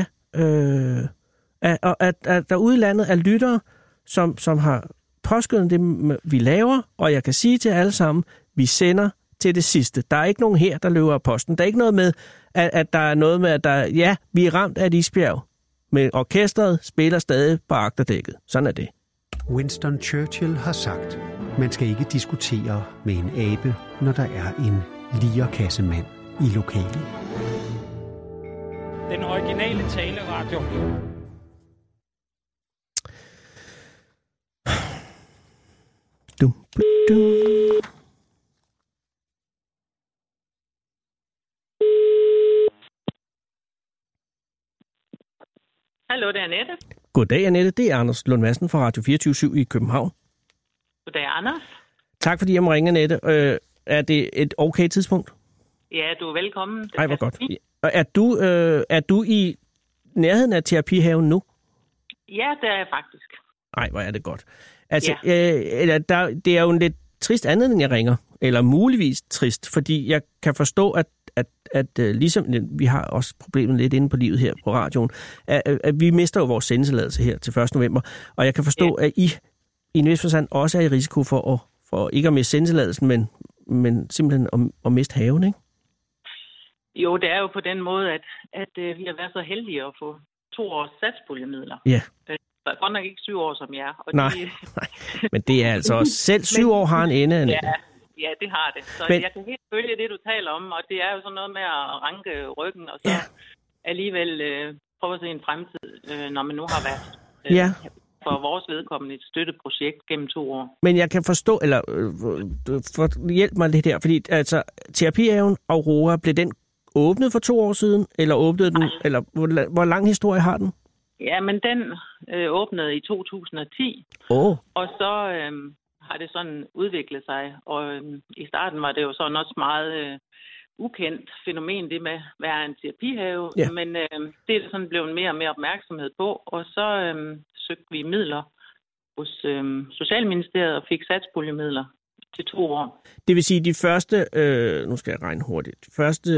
at der ude i landet er lyttere, som har påskyndet det, vi laver, og jeg kan sige til alle sammen, vi sender til det sidste. Der er ikke nogen her, der løber af posten. Der er ikke noget med, at der er noget med, at vi er ramt af et isbjerg, men orkestret spiller stadig på agterdækket. Sådan er det. Winston Churchill har sagt, man skal ikke diskutere med en abe, når der er en lierkassemand i lokalet. Den originale taleradio. Hallo, det er Annette. Goddag, Annette. Det er Anders Lund Madsen fra Radio 24/7 i København. Goddag, Anders. Tak fordi jeg må ringe, Annette. Er det et okay tidspunkt? Ja, du er velkommen. Ej, hvor godt. Er du i nærheden af terapihaven nu? Ja, det er jeg faktisk. Ej, hvor er det godt. Altså, det er jo en lidt trist anledning, jeg ringer. Eller muligvis trist, fordi jeg kan forstå, at ligesom vi har også problemet lidt inde på livet her på radioen, at vi mister jo vores sendetilladelse her til 1. november, og jeg kan forstå, at I en vis forstand også er i risiko for ikke at miste sendetilladelsen, men simpelthen at miste haven, ikke? Jo, det er jo på den måde, at vi har været så heldige at få 2 års satspuljemidler. Ja. Godt nok ikke 7 år som jer. Og nej, men det er altså også selv 7 år har en ende, Annette. Ja, det har det. Så jeg kan helt følge det, du taler om, og det er jo sådan noget med at ranke ryggen, og så alligevel prøve at se en fremtid, når man nu har været for vores vedkommende et støtteprojekt gennem 2 år. Men jeg kan forstå, eller hjælp mig lidt her, fordi altså terapihaven Aurora, blev den åbnet for 2 år siden, eller åbnede den, eller hvor lang historie har den? Ja, men den åbnede i 2010, og så har det sådan udviklet sig, og i starten var det jo sådan også meget ukendt fænomen, det med at være en terapihave, men det er sådan blevet mere og mere opmærksomhed på, og så søgte vi midler hos Socialministeriet og fik satspuljemidler til 2 år. Det vil sige, de første, nu skal jeg regne hurtigt, de første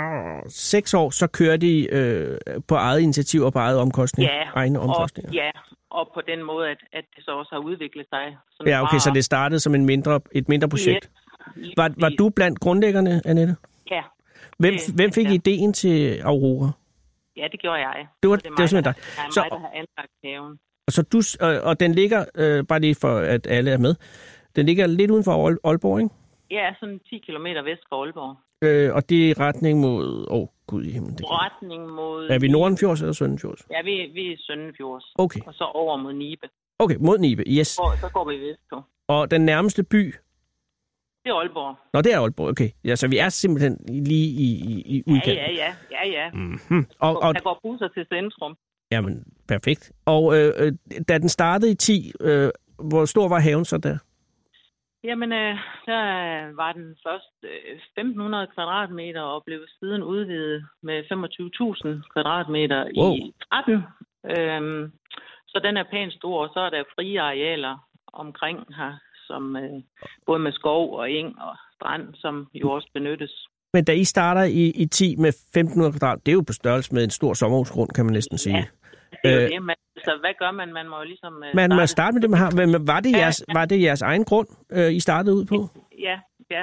6 år, så kører de på eget initiativ og på eget omkostning, egne omkostninger. Og på den måde, at det så også har udviklet sig. Ja, okay, så det startede som et mindre projekt. Var du blandt grundlæggerne, Annette? Ja. Hvem fik ideen til Aurora? Ja, det gjorde jeg. Det var simpelthen dig. Det er mig, der har anlagt haven. Og den ligger, bare lige for at alle er med, den ligger lidt uden for Aalborg, ikke? Ja, sådan 10 kilometer vest for Aalborg. Og det er i retning mod... Gud i himlen. Retning mod... Er vi Nordenfjords eller Søndenfjords? Ja, vi er Søndenfjords. Okay. Og så over mod Nibe. Okay, mod Nibe, yes. Så går vi vest på. Og den nærmeste by? Det er Aalborg. Nå, det er Aalborg, okay. Ja, så vi er simpelthen lige i udkanten. Ja. Mm-hmm. Og der går busser til centrum. Jamen, perfekt. Og da den startede i 10, hvor stor var haven så der? Jamen, der var den først 1.500 kvadratmeter og blev siden udvidet med 25.000 kvadratmeter i 13. Så den er pænt stor, og så er der frie arealer omkring her, som både med skov og eng og strand, som jo også benyttes. Men da I starter i 10 med 1.500 kvadrat, det er jo på størrelse med en stor sommerhusgrund, kan man næsten sige. Ja, det er jo det. Så hvad gør man? Man må jo ligesom man må starte med det, man har. Men var det jeres egen grund, I startede ud på? Ja.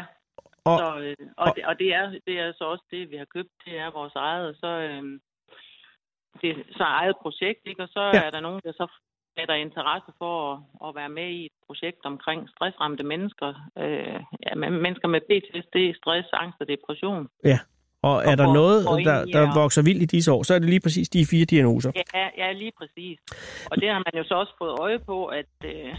Og det er så også det, vi har købt. Det er vores eget. Det er så eget projekt, ikke? Og så er der nogen, der så er der interesse for at være med i et projekt omkring stressramte mennesker. Mennesker med PTSD, stress, angst og depression. Ja. Og er der noget, der vokser vildt i disse år, så er det lige præcis de 4 diagnoser. Ja, lige præcis. Og det har man jo så også fået øje på, at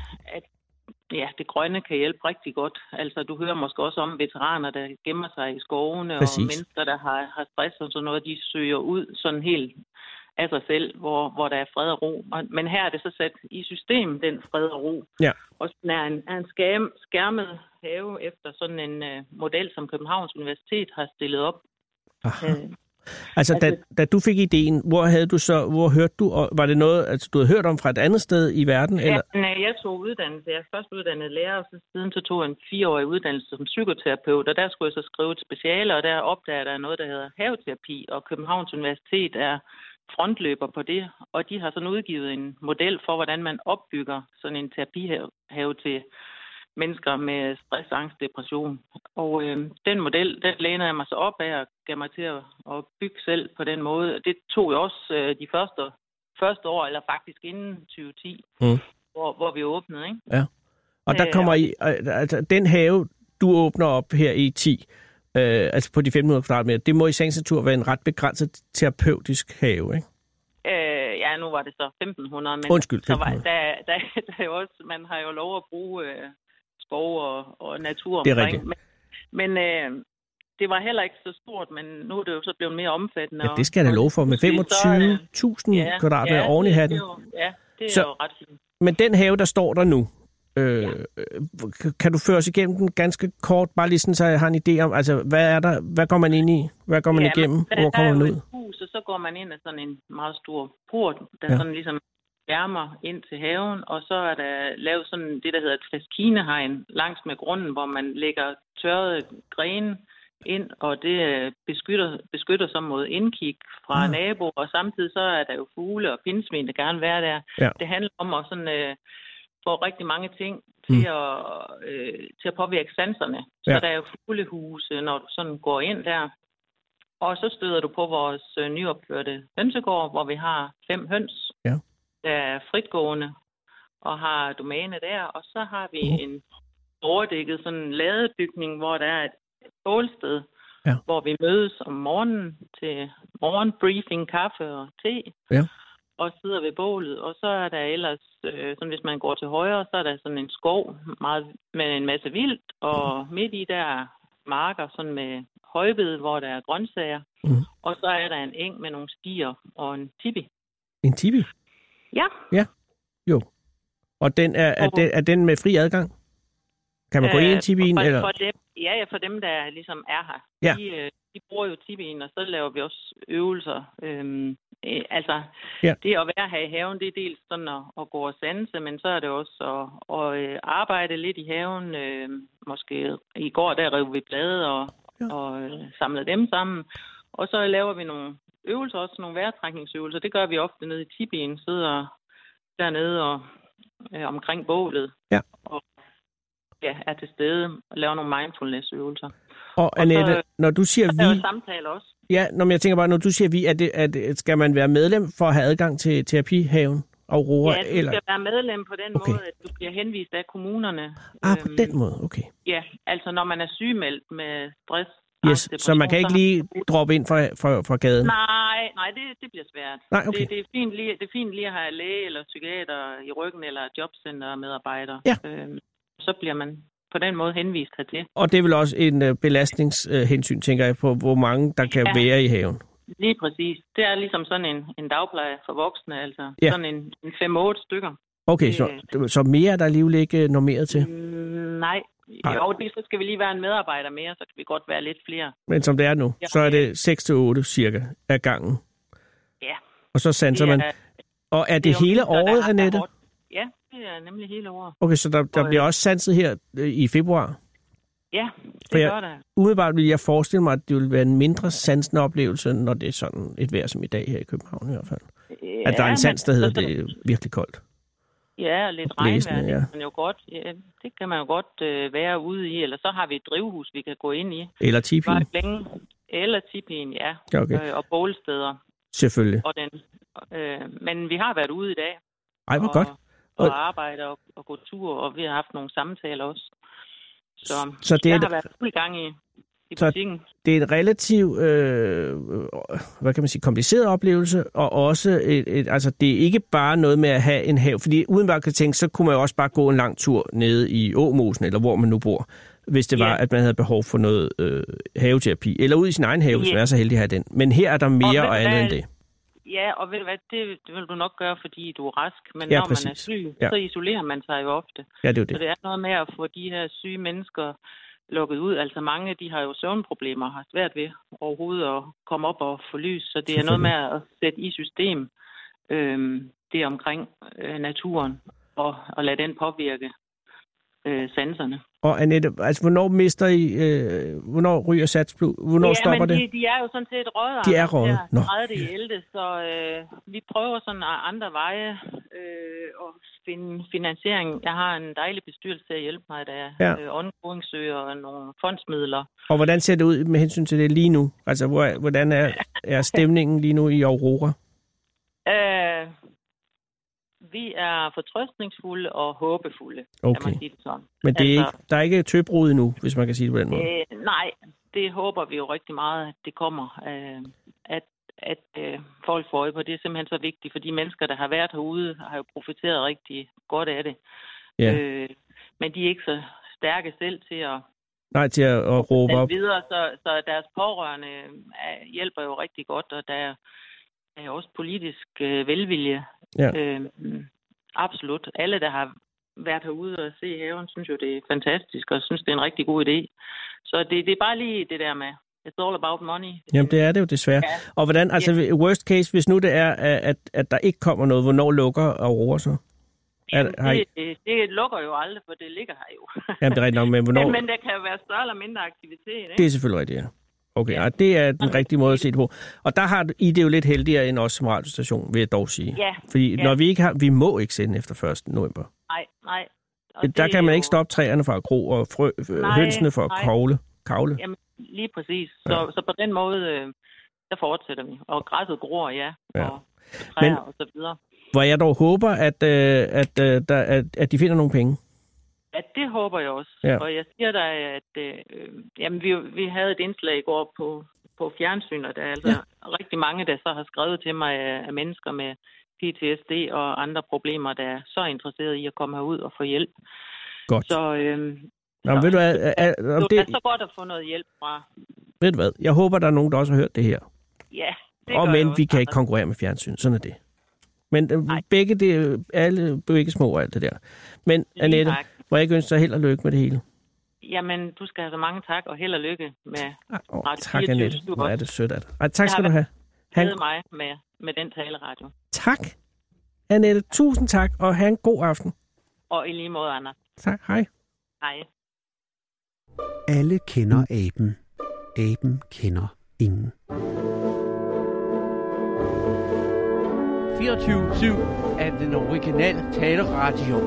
det grønne kan hjælpe rigtig godt. Altså, du hører måske også om veteraner, der gemmer sig i skovene, præcis. Og mennesker, der har stress og sådan noget, de søger ud sådan helt af sig selv, hvor der er fred og ro. Men her er det så sat i system, den fred og ro. Ja. Og den er en skærmet have efter sådan en model, som Københavns Universitet har stillet op. Altså, da du fik ideen, hvor hørte du, og var det noget, du havde hørt om fra et andet sted i verden? Eller? Ja, jeg tog uddannelse. Jeg er først uddannet lærer, og siden så tog jeg en 4-årig uddannelse som psykoterapeut, og der skulle jeg så skrive et speciale, og der opdager der noget, der hedder haveterapi, og Københavns Universitet er frontløber på det, og de har sådan udgivet en model for, hvordan man opbygger sådan en terapihave til mennesker med stress, angst, depression. Og den model, den læner jeg mig så op af og gav mig til at bygge selv på den måde. Det tog jo også de første år, eller faktisk inden 2010, hvor vi åbnede, ikke? Ja. Og der kommer altså den have, du åbner op her i 10, altså på de 500 kvadratmeter, det må i sagens natur være en ret begrænset terapeutisk have, ikke? Ja, nu var det så 1.500, men undskyld, 1.500. Der er jo også, man har jo lov at bruge skov og natur omkring. Det er rigtigt. Men det var heller ikke så stort, men nu er det jo så blevet mere omfattende. Ja, det skal jeg da love for, med 25.000 kvadratmeter oven i hatten. Ja, det er jo ret fint. Men den have, der står der nu, kan du føre os igennem den ganske kort, bare lige sådan, så jeg har en idé om, altså, hvad er der, hvad går man ind i, hvad går man igennem, hvor kommer man ud? Der er jo et hus, og så går man ind af sådan en meget stor port, der sådan ligesom skærmer ind til haven, og så er der lavet sådan det, der hedder et treskinehegn langs med grunden, hvor man lægger tørrede grene ind, og det beskytter sig mod indkig fra naboer, og samtidig så er der jo fugle og pindsvin, der gerne vil være der. Ja. Det handler om at sådan få rigtig mange ting til at påvirke sanserne. Så der er jo fuglehuse, når du sådan går ind der. Og så støder du på vores nyopførte hønsegård, hvor vi har 5 høns, der er fritgående og har domæne der. Og så har vi en overdækket sådan ladebygning, hvor der er et bålsted, hvor vi mødes om morgenen til morgenbriefing, kaffe og te. Ja. Og sidder ved bålet, og så er der ellers, sådan hvis man går til højre, så er der sådan en skov meget, med en masse vildt, og midt i der er marker sådan med højbed, hvor der er grøntsager, og så er der en eng med nogle stier og en tipi. En tipi? Ja. Ja, jo. Og den er den med fri adgang? Kan man gå ind i tipien? For dem, der ligesom er her. Ja. De bruger jo tipien, og så laver vi også øvelser. Det at være her i haven, det er dels sådan at gå og sanse, men så er det også at arbejde lidt i haven. Måske i går, der rev vi blade og samlede dem sammen. Og så laver vi nogle øvelser, også nogle vejrtrækningsøvelser. Det gør vi ofte nede i tipien, sidder dernede og omkring bålet. Ja. Og er til stede og laver nogle mindfulness-øvelser. Og Annette, når du siger vi... Der er jo samtaler også. Ja, men jeg tænker bare, når du siger vi, skal man være medlem for at have adgang til terapihaven? Aurora, ja, du skal være medlem på den måde, at du bliver henvist af kommunerne. På den måde, okay. Ja, altså når man er sygemeldt med stress. Yes, så man kan ikke lige droppe ind fra gaden? Nej, det bliver svært. Nej, okay. Det er fint lige at have læge eller psykiater i ryggen, eller jobcentermedarbejder. Ja. Så bliver man på den måde henvist hertil. Og det er vel også en belastningshensyn, tænker jeg, på hvor mange der kan være i haven? Lige præcis. Det er ligesom sådan en dagpleje for voksne, altså sådan en 5-8 stykker. Okay, så mere er der alligevel ikke normeret til? Nej, så skal vi lige være en medarbejder mere, så kan vi godt være lidt flere. Men som det er nu, så er det 6-8 cirka af gangen. Ja. Og så sanser man. Og er det hele året, Annette? Ja, det er nemlig hele året. Okay, så der bliver også sanset her i februar? Ja, det gør der. Umiddelbart vil jeg forestille mig, at det vil være en mindre sansende oplevelse, når det er sådan et vejr som i dag her i København i hvert fald. Ja, at der er en sans, der hedder, det er virkelig koldt. Ja, og lidt regnvejr, det kan man jo godt være ude i, eller så har vi et drivhus, vi kan gå ind i. Eller tipien. Eller tipien, ja. Okay. Og bålsteder. Selvfølgelig. Men vi har været ude i dag. Ej, hvor godt. Og arbejde og gå tur, og vi har haft nogle samtaler også. Så det jeg har været fuld gang i butikken. Det er en relativt, hvad kan man sige, kompliceret oplevelse, og også, altså det er ikke bare noget med at have en have, fordi udenbart kan tænke, så kunne man jo også bare gå en lang tur nede i Åmosen, eller hvor man nu bor, hvis det var, at man havde behov for noget haveterapi, eller ud i sin egen have, hvis man er så heldig at have den. Men her er der mere og andet end det. Ja, og ved du hvad, det vil du nok gøre, fordi du er rask, men når man er syg, så isolerer man sig jo ofte. Ja, det er jo det. Så det er noget med at få de her syge mennesker lukket ud. Altså mange, de har jo søvnproblemer og har svært ved overhovedet at komme op og få lys. Så det er noget med at sætte i system det omkring naturen og lade den påvirke sanserne. Og Annette, altså hvornår ryger satsblod? Hvornår stopper det? De er jo sådan set røget. De er røget? Nå. Det i elde, så vi prøver sådan andre veje at finde finansiering. Jeg har en dejlig bestyrelse til at hjælpe mig, der er ongoing søger og nogle fondsmidler. Og hvordan ser det ud med hensyn til det lige nu? Altså, hvordan er stemningen lige nu i Aurora? Vi er fortrøstningsfulde og håbefulde, kan man sige det sådan. Men det er ikke, der er ikke tøbrud endnu, hvis man kan sige det på den måde? Nej, det håber vi jo rigtig meget, at det kommer. At folk får øje på. Det er simpelthen så vigtigt, for de mennesker, der har været herude, har jo profiteret rigtig godt af det. Ja. Men de er ikke så stærke selv til at... Nej, til at råbe op. Videre, så deres pårørende hjælper jo rigtig godt, og der er også politisk velvilje. Ja. Absolut. Alle, der har været herude og se haven, synes jo, det er fantastisk, og synes, det er en rigtig god idé. Så det er bare lige det der med, it's all about money. Jamen, det er det jo desværre. Ja. Og hvordan, altså worst case, hvis nu det er, at der ikke kommer noget, hvornår lukker Aurora så? Jamen, det lukker jo aldrig, for det ligger her jo. Jamen, det er rigtigt nok, men hvornår... Men der kan jo være større eller mindre aktivitet, ikke? Det er selvfølgelig rigtigt, ja. Okay, det er den rigtige måde at se det på. Og der har I det jo lidt heldigere end os som radiostation, vil jeg dog sige. Ja. Fordi når vi ikke har, vi må ikke sende efter 1. november. Nej. Der kan man ikke stoppe træerne fra at gro, og hønsene fra at kavle. Jamen, lige præcis. Så på den måde, der fortsætter vi. Og græsset gror, og træer og så videre. Hvor jeg dog håber, at de finder nogle penge. Ja, det håber jeg også. Ja. Og jeg siger dig, at vi havde et indslag i går på fjernsyn, og der er altså rigtig mange, der så har skrevet til mig af mennesker med PTSD og andre problemer, der er så interesserede i at komme herud og få hjælp. Godt. Så, ved du hvad, det er så godt at få noget hjælp fra. Ved du hvad, jeg håber, der er nogen, der også har hørt det her. Ja, det og gør men jeg vi kan ikke konkurrere med fjernsyn, sådan er det. Men begge små og alt det der. Men Annette, må jeg ikke ønske dig held og lykke med det hele? Jamen, du skal have så mange tak, og held og lykke med Radio 24. Tak, Annette. Hvor er det sødt af dig. Tak skal du have. Jeg mig med den taleradio. Tak, Annette. Tusind tak, og have en god aften. Og i lige måde, Anders. Tak. Hej. Hej. Alle kender aben. Aben kender ingen. 24/7 er den originale taleradio.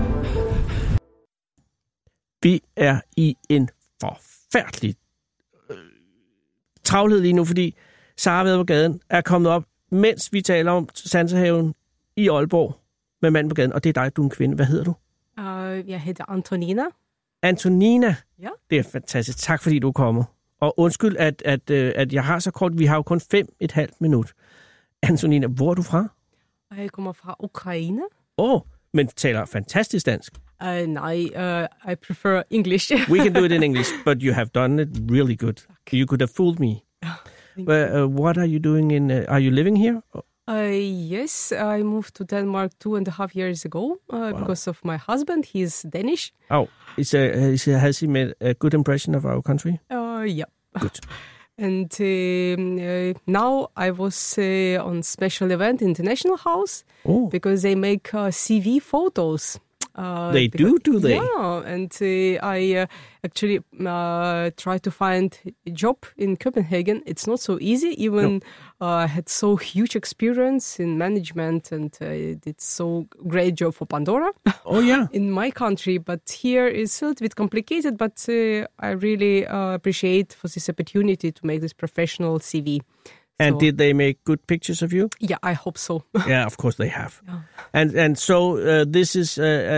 Vi er i en forfærdelig travlhed lige nu, fordi Sara ved på gaden er kommet op, mens vi taler om Sansehaven i Aalborg med manden på gaden. Og det er dig, du er en kvinde. Hvad hedder du? Jeg hedder Antonina. Antonina? Ja. Det er fantastisk. Tak, fordi du er kommet. Og undskyld, at jeg har så kort. Vi har jo kun 5,5 minut. Antonina, hvor er du fra? Jeg kommer fra Ukraine. Men taler fantastisk dansk. Nej, I prefer English. We can do it in English, but you have done it really good. Okay. You could have fooled me. What are you doing are you living here? Yes, I moved to Denmark 2.5 years ago because of my husband. He's Danish. Oh, has he made a good impression of our country? Yeah. Good. And now I was on special event International House because they make CV photos. They do they? Yeah, and I actually try to find a job in Copenhagen. It's not so easy, even I had so huge experience in management and did so great job for Pandora. Oh, yeah. In my country, but here it's a little bit complicated, but I really appreciate for this opportunity to make this professional CV. And did they make good pictures of you? Yeah, I hope so. Yeah, of course they have. Yeah. And so this is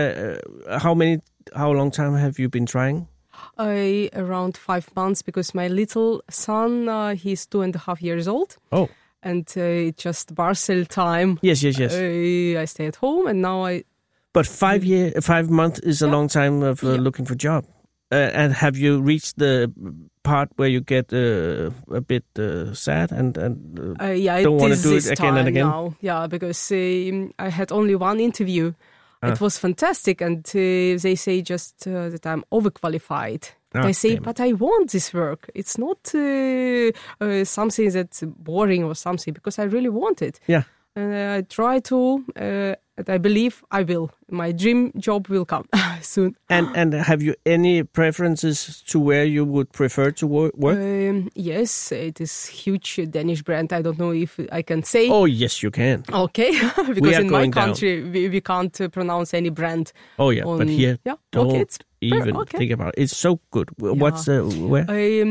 how long time have you been trying? Around 5 months, because my little son he's 2.5 years old. Oh, and just Barcel time. Yes. I stay at home, and now I. But 5 months is a long time of looking for a job. And have you reached the part where you get a bit sad and don't want to do it again and again? Now. Yeah, because I had only one interview. It was fantastic, and they say just that I'm overqualified. I say, but I want this work. It's not something that's boring or something, because I really want it. Yeah. I try to, and I believe I will. My dream job will come soon. And have you any preferences to where you would prefer to work? Yes, it is huge Danish brand. I don't know if I can say. Oh, yes, you can. Okay, because in my country we can't pronounce any brand. Oh, yeah, but here, don't even think about it. It's so good. Yeah. What's where?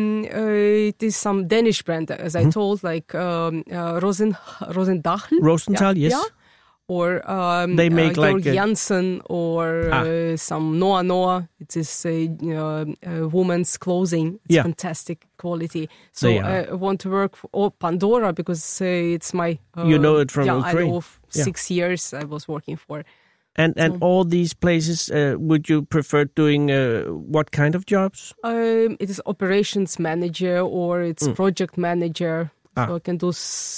It is some Danish brand, as I told, like Rosendahl. Rosenthal, yes. Yeah. Or they make Georg Jansen or some Noah. It is woman's clothing. It's fantastic quality. So I want to work for Pandora because it's my... you know it from Ukraine. I know 6 years I was working for. And all these places, would you prefer doing what kind of jobs? It is operations manager or it's project manager. So I can do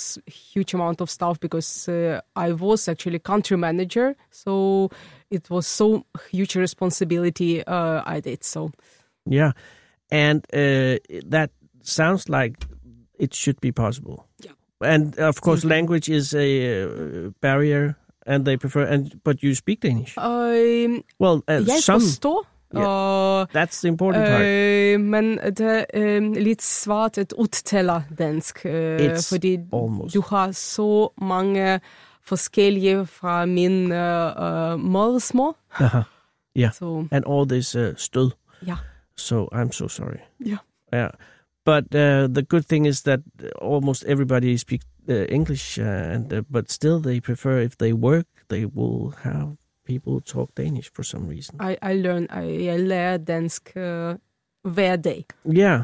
huge amount of stuff because I was actually country manager. So it was so huge responsibility I did. So yeah, and that sounds like it should be possible. Yeah, and of course language is a barrier, and they prefer. But you speak Danish. Jeg forstår. Yeah. That's the important part. Men det lidt svært at udtale dansk, fordi du har så mange forskellige fra min modersmål. Yeah, and all this stød. Yeah. So I'm so sorry. Yeah. But the good thing is that almost everybody speaks English, but still they prefer, if they work, they will have people talk Danish for some reason. Jeg lærer dansk hver dag. Yeah,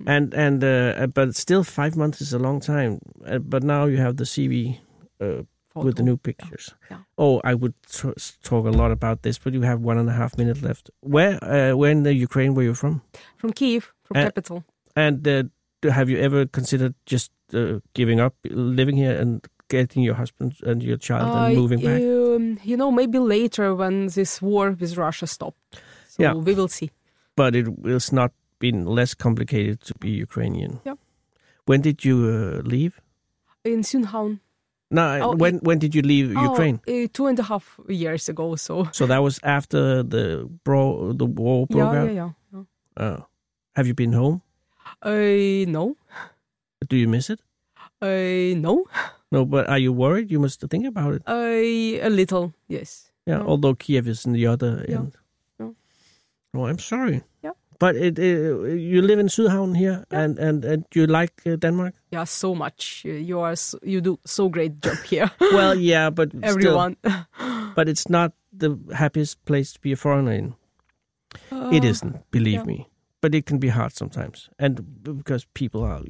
and but still 5 months is a long time. But now you have the CV with the new pictures. Yeah. Oh, I would talk a lot about this, but you have 1.5 minutes left. Where in the Ukraine were you from? From Kyiv, from capital. And have you ever considered just giving up living here and getting your husband and your child and moving back? Maybe later when this war with Russia stopped. So we will see. But it will not been less complicated to be Ukrainian. Yeah. When did you leave? In Sunhavn. No, when did you leave Ukraine? 2.5 years ago. So that was after the war broke out? Yeah. Have you been home? No. Do you miss it? No. No, but are you worried? You must think about it. A little, yes. Yeah, although Kiev is in the other end. Yeah. Oh, I'm sorry. Yeah. But you live in Sydhavn here, and you like Denmark? Yeah, so much. You do so great job here. Well, yeah, but everyone. Still, but it's not the happiest place to be a foreigner in. It isn't, believe me. But it can be hard sometimes, and because people are,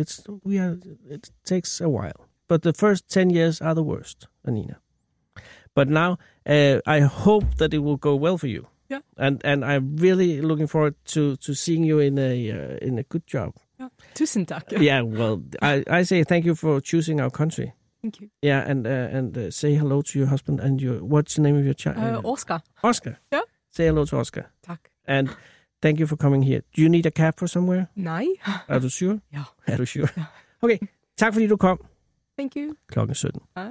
it takes a while. But the first 10 years are the worst, Anina. But now, I hope that it will go well for you. Yeah. And I'm really looking forward to seeing you in a good job. Yeah. Tusind tak. Yeah, well, I say thank you for choosing our country. Thank you. Yeah, and say hello to your husband and what's the name of your child? Oscar. Oscar. Yeah. Say hello to Oscar. Tak. And thank you for coming here. Do you need a cab for somewhere? Nej. Er du sure? Ja. Er du sure? Ja. Okay, tak fordi du kom. Thank you. Klokken 17.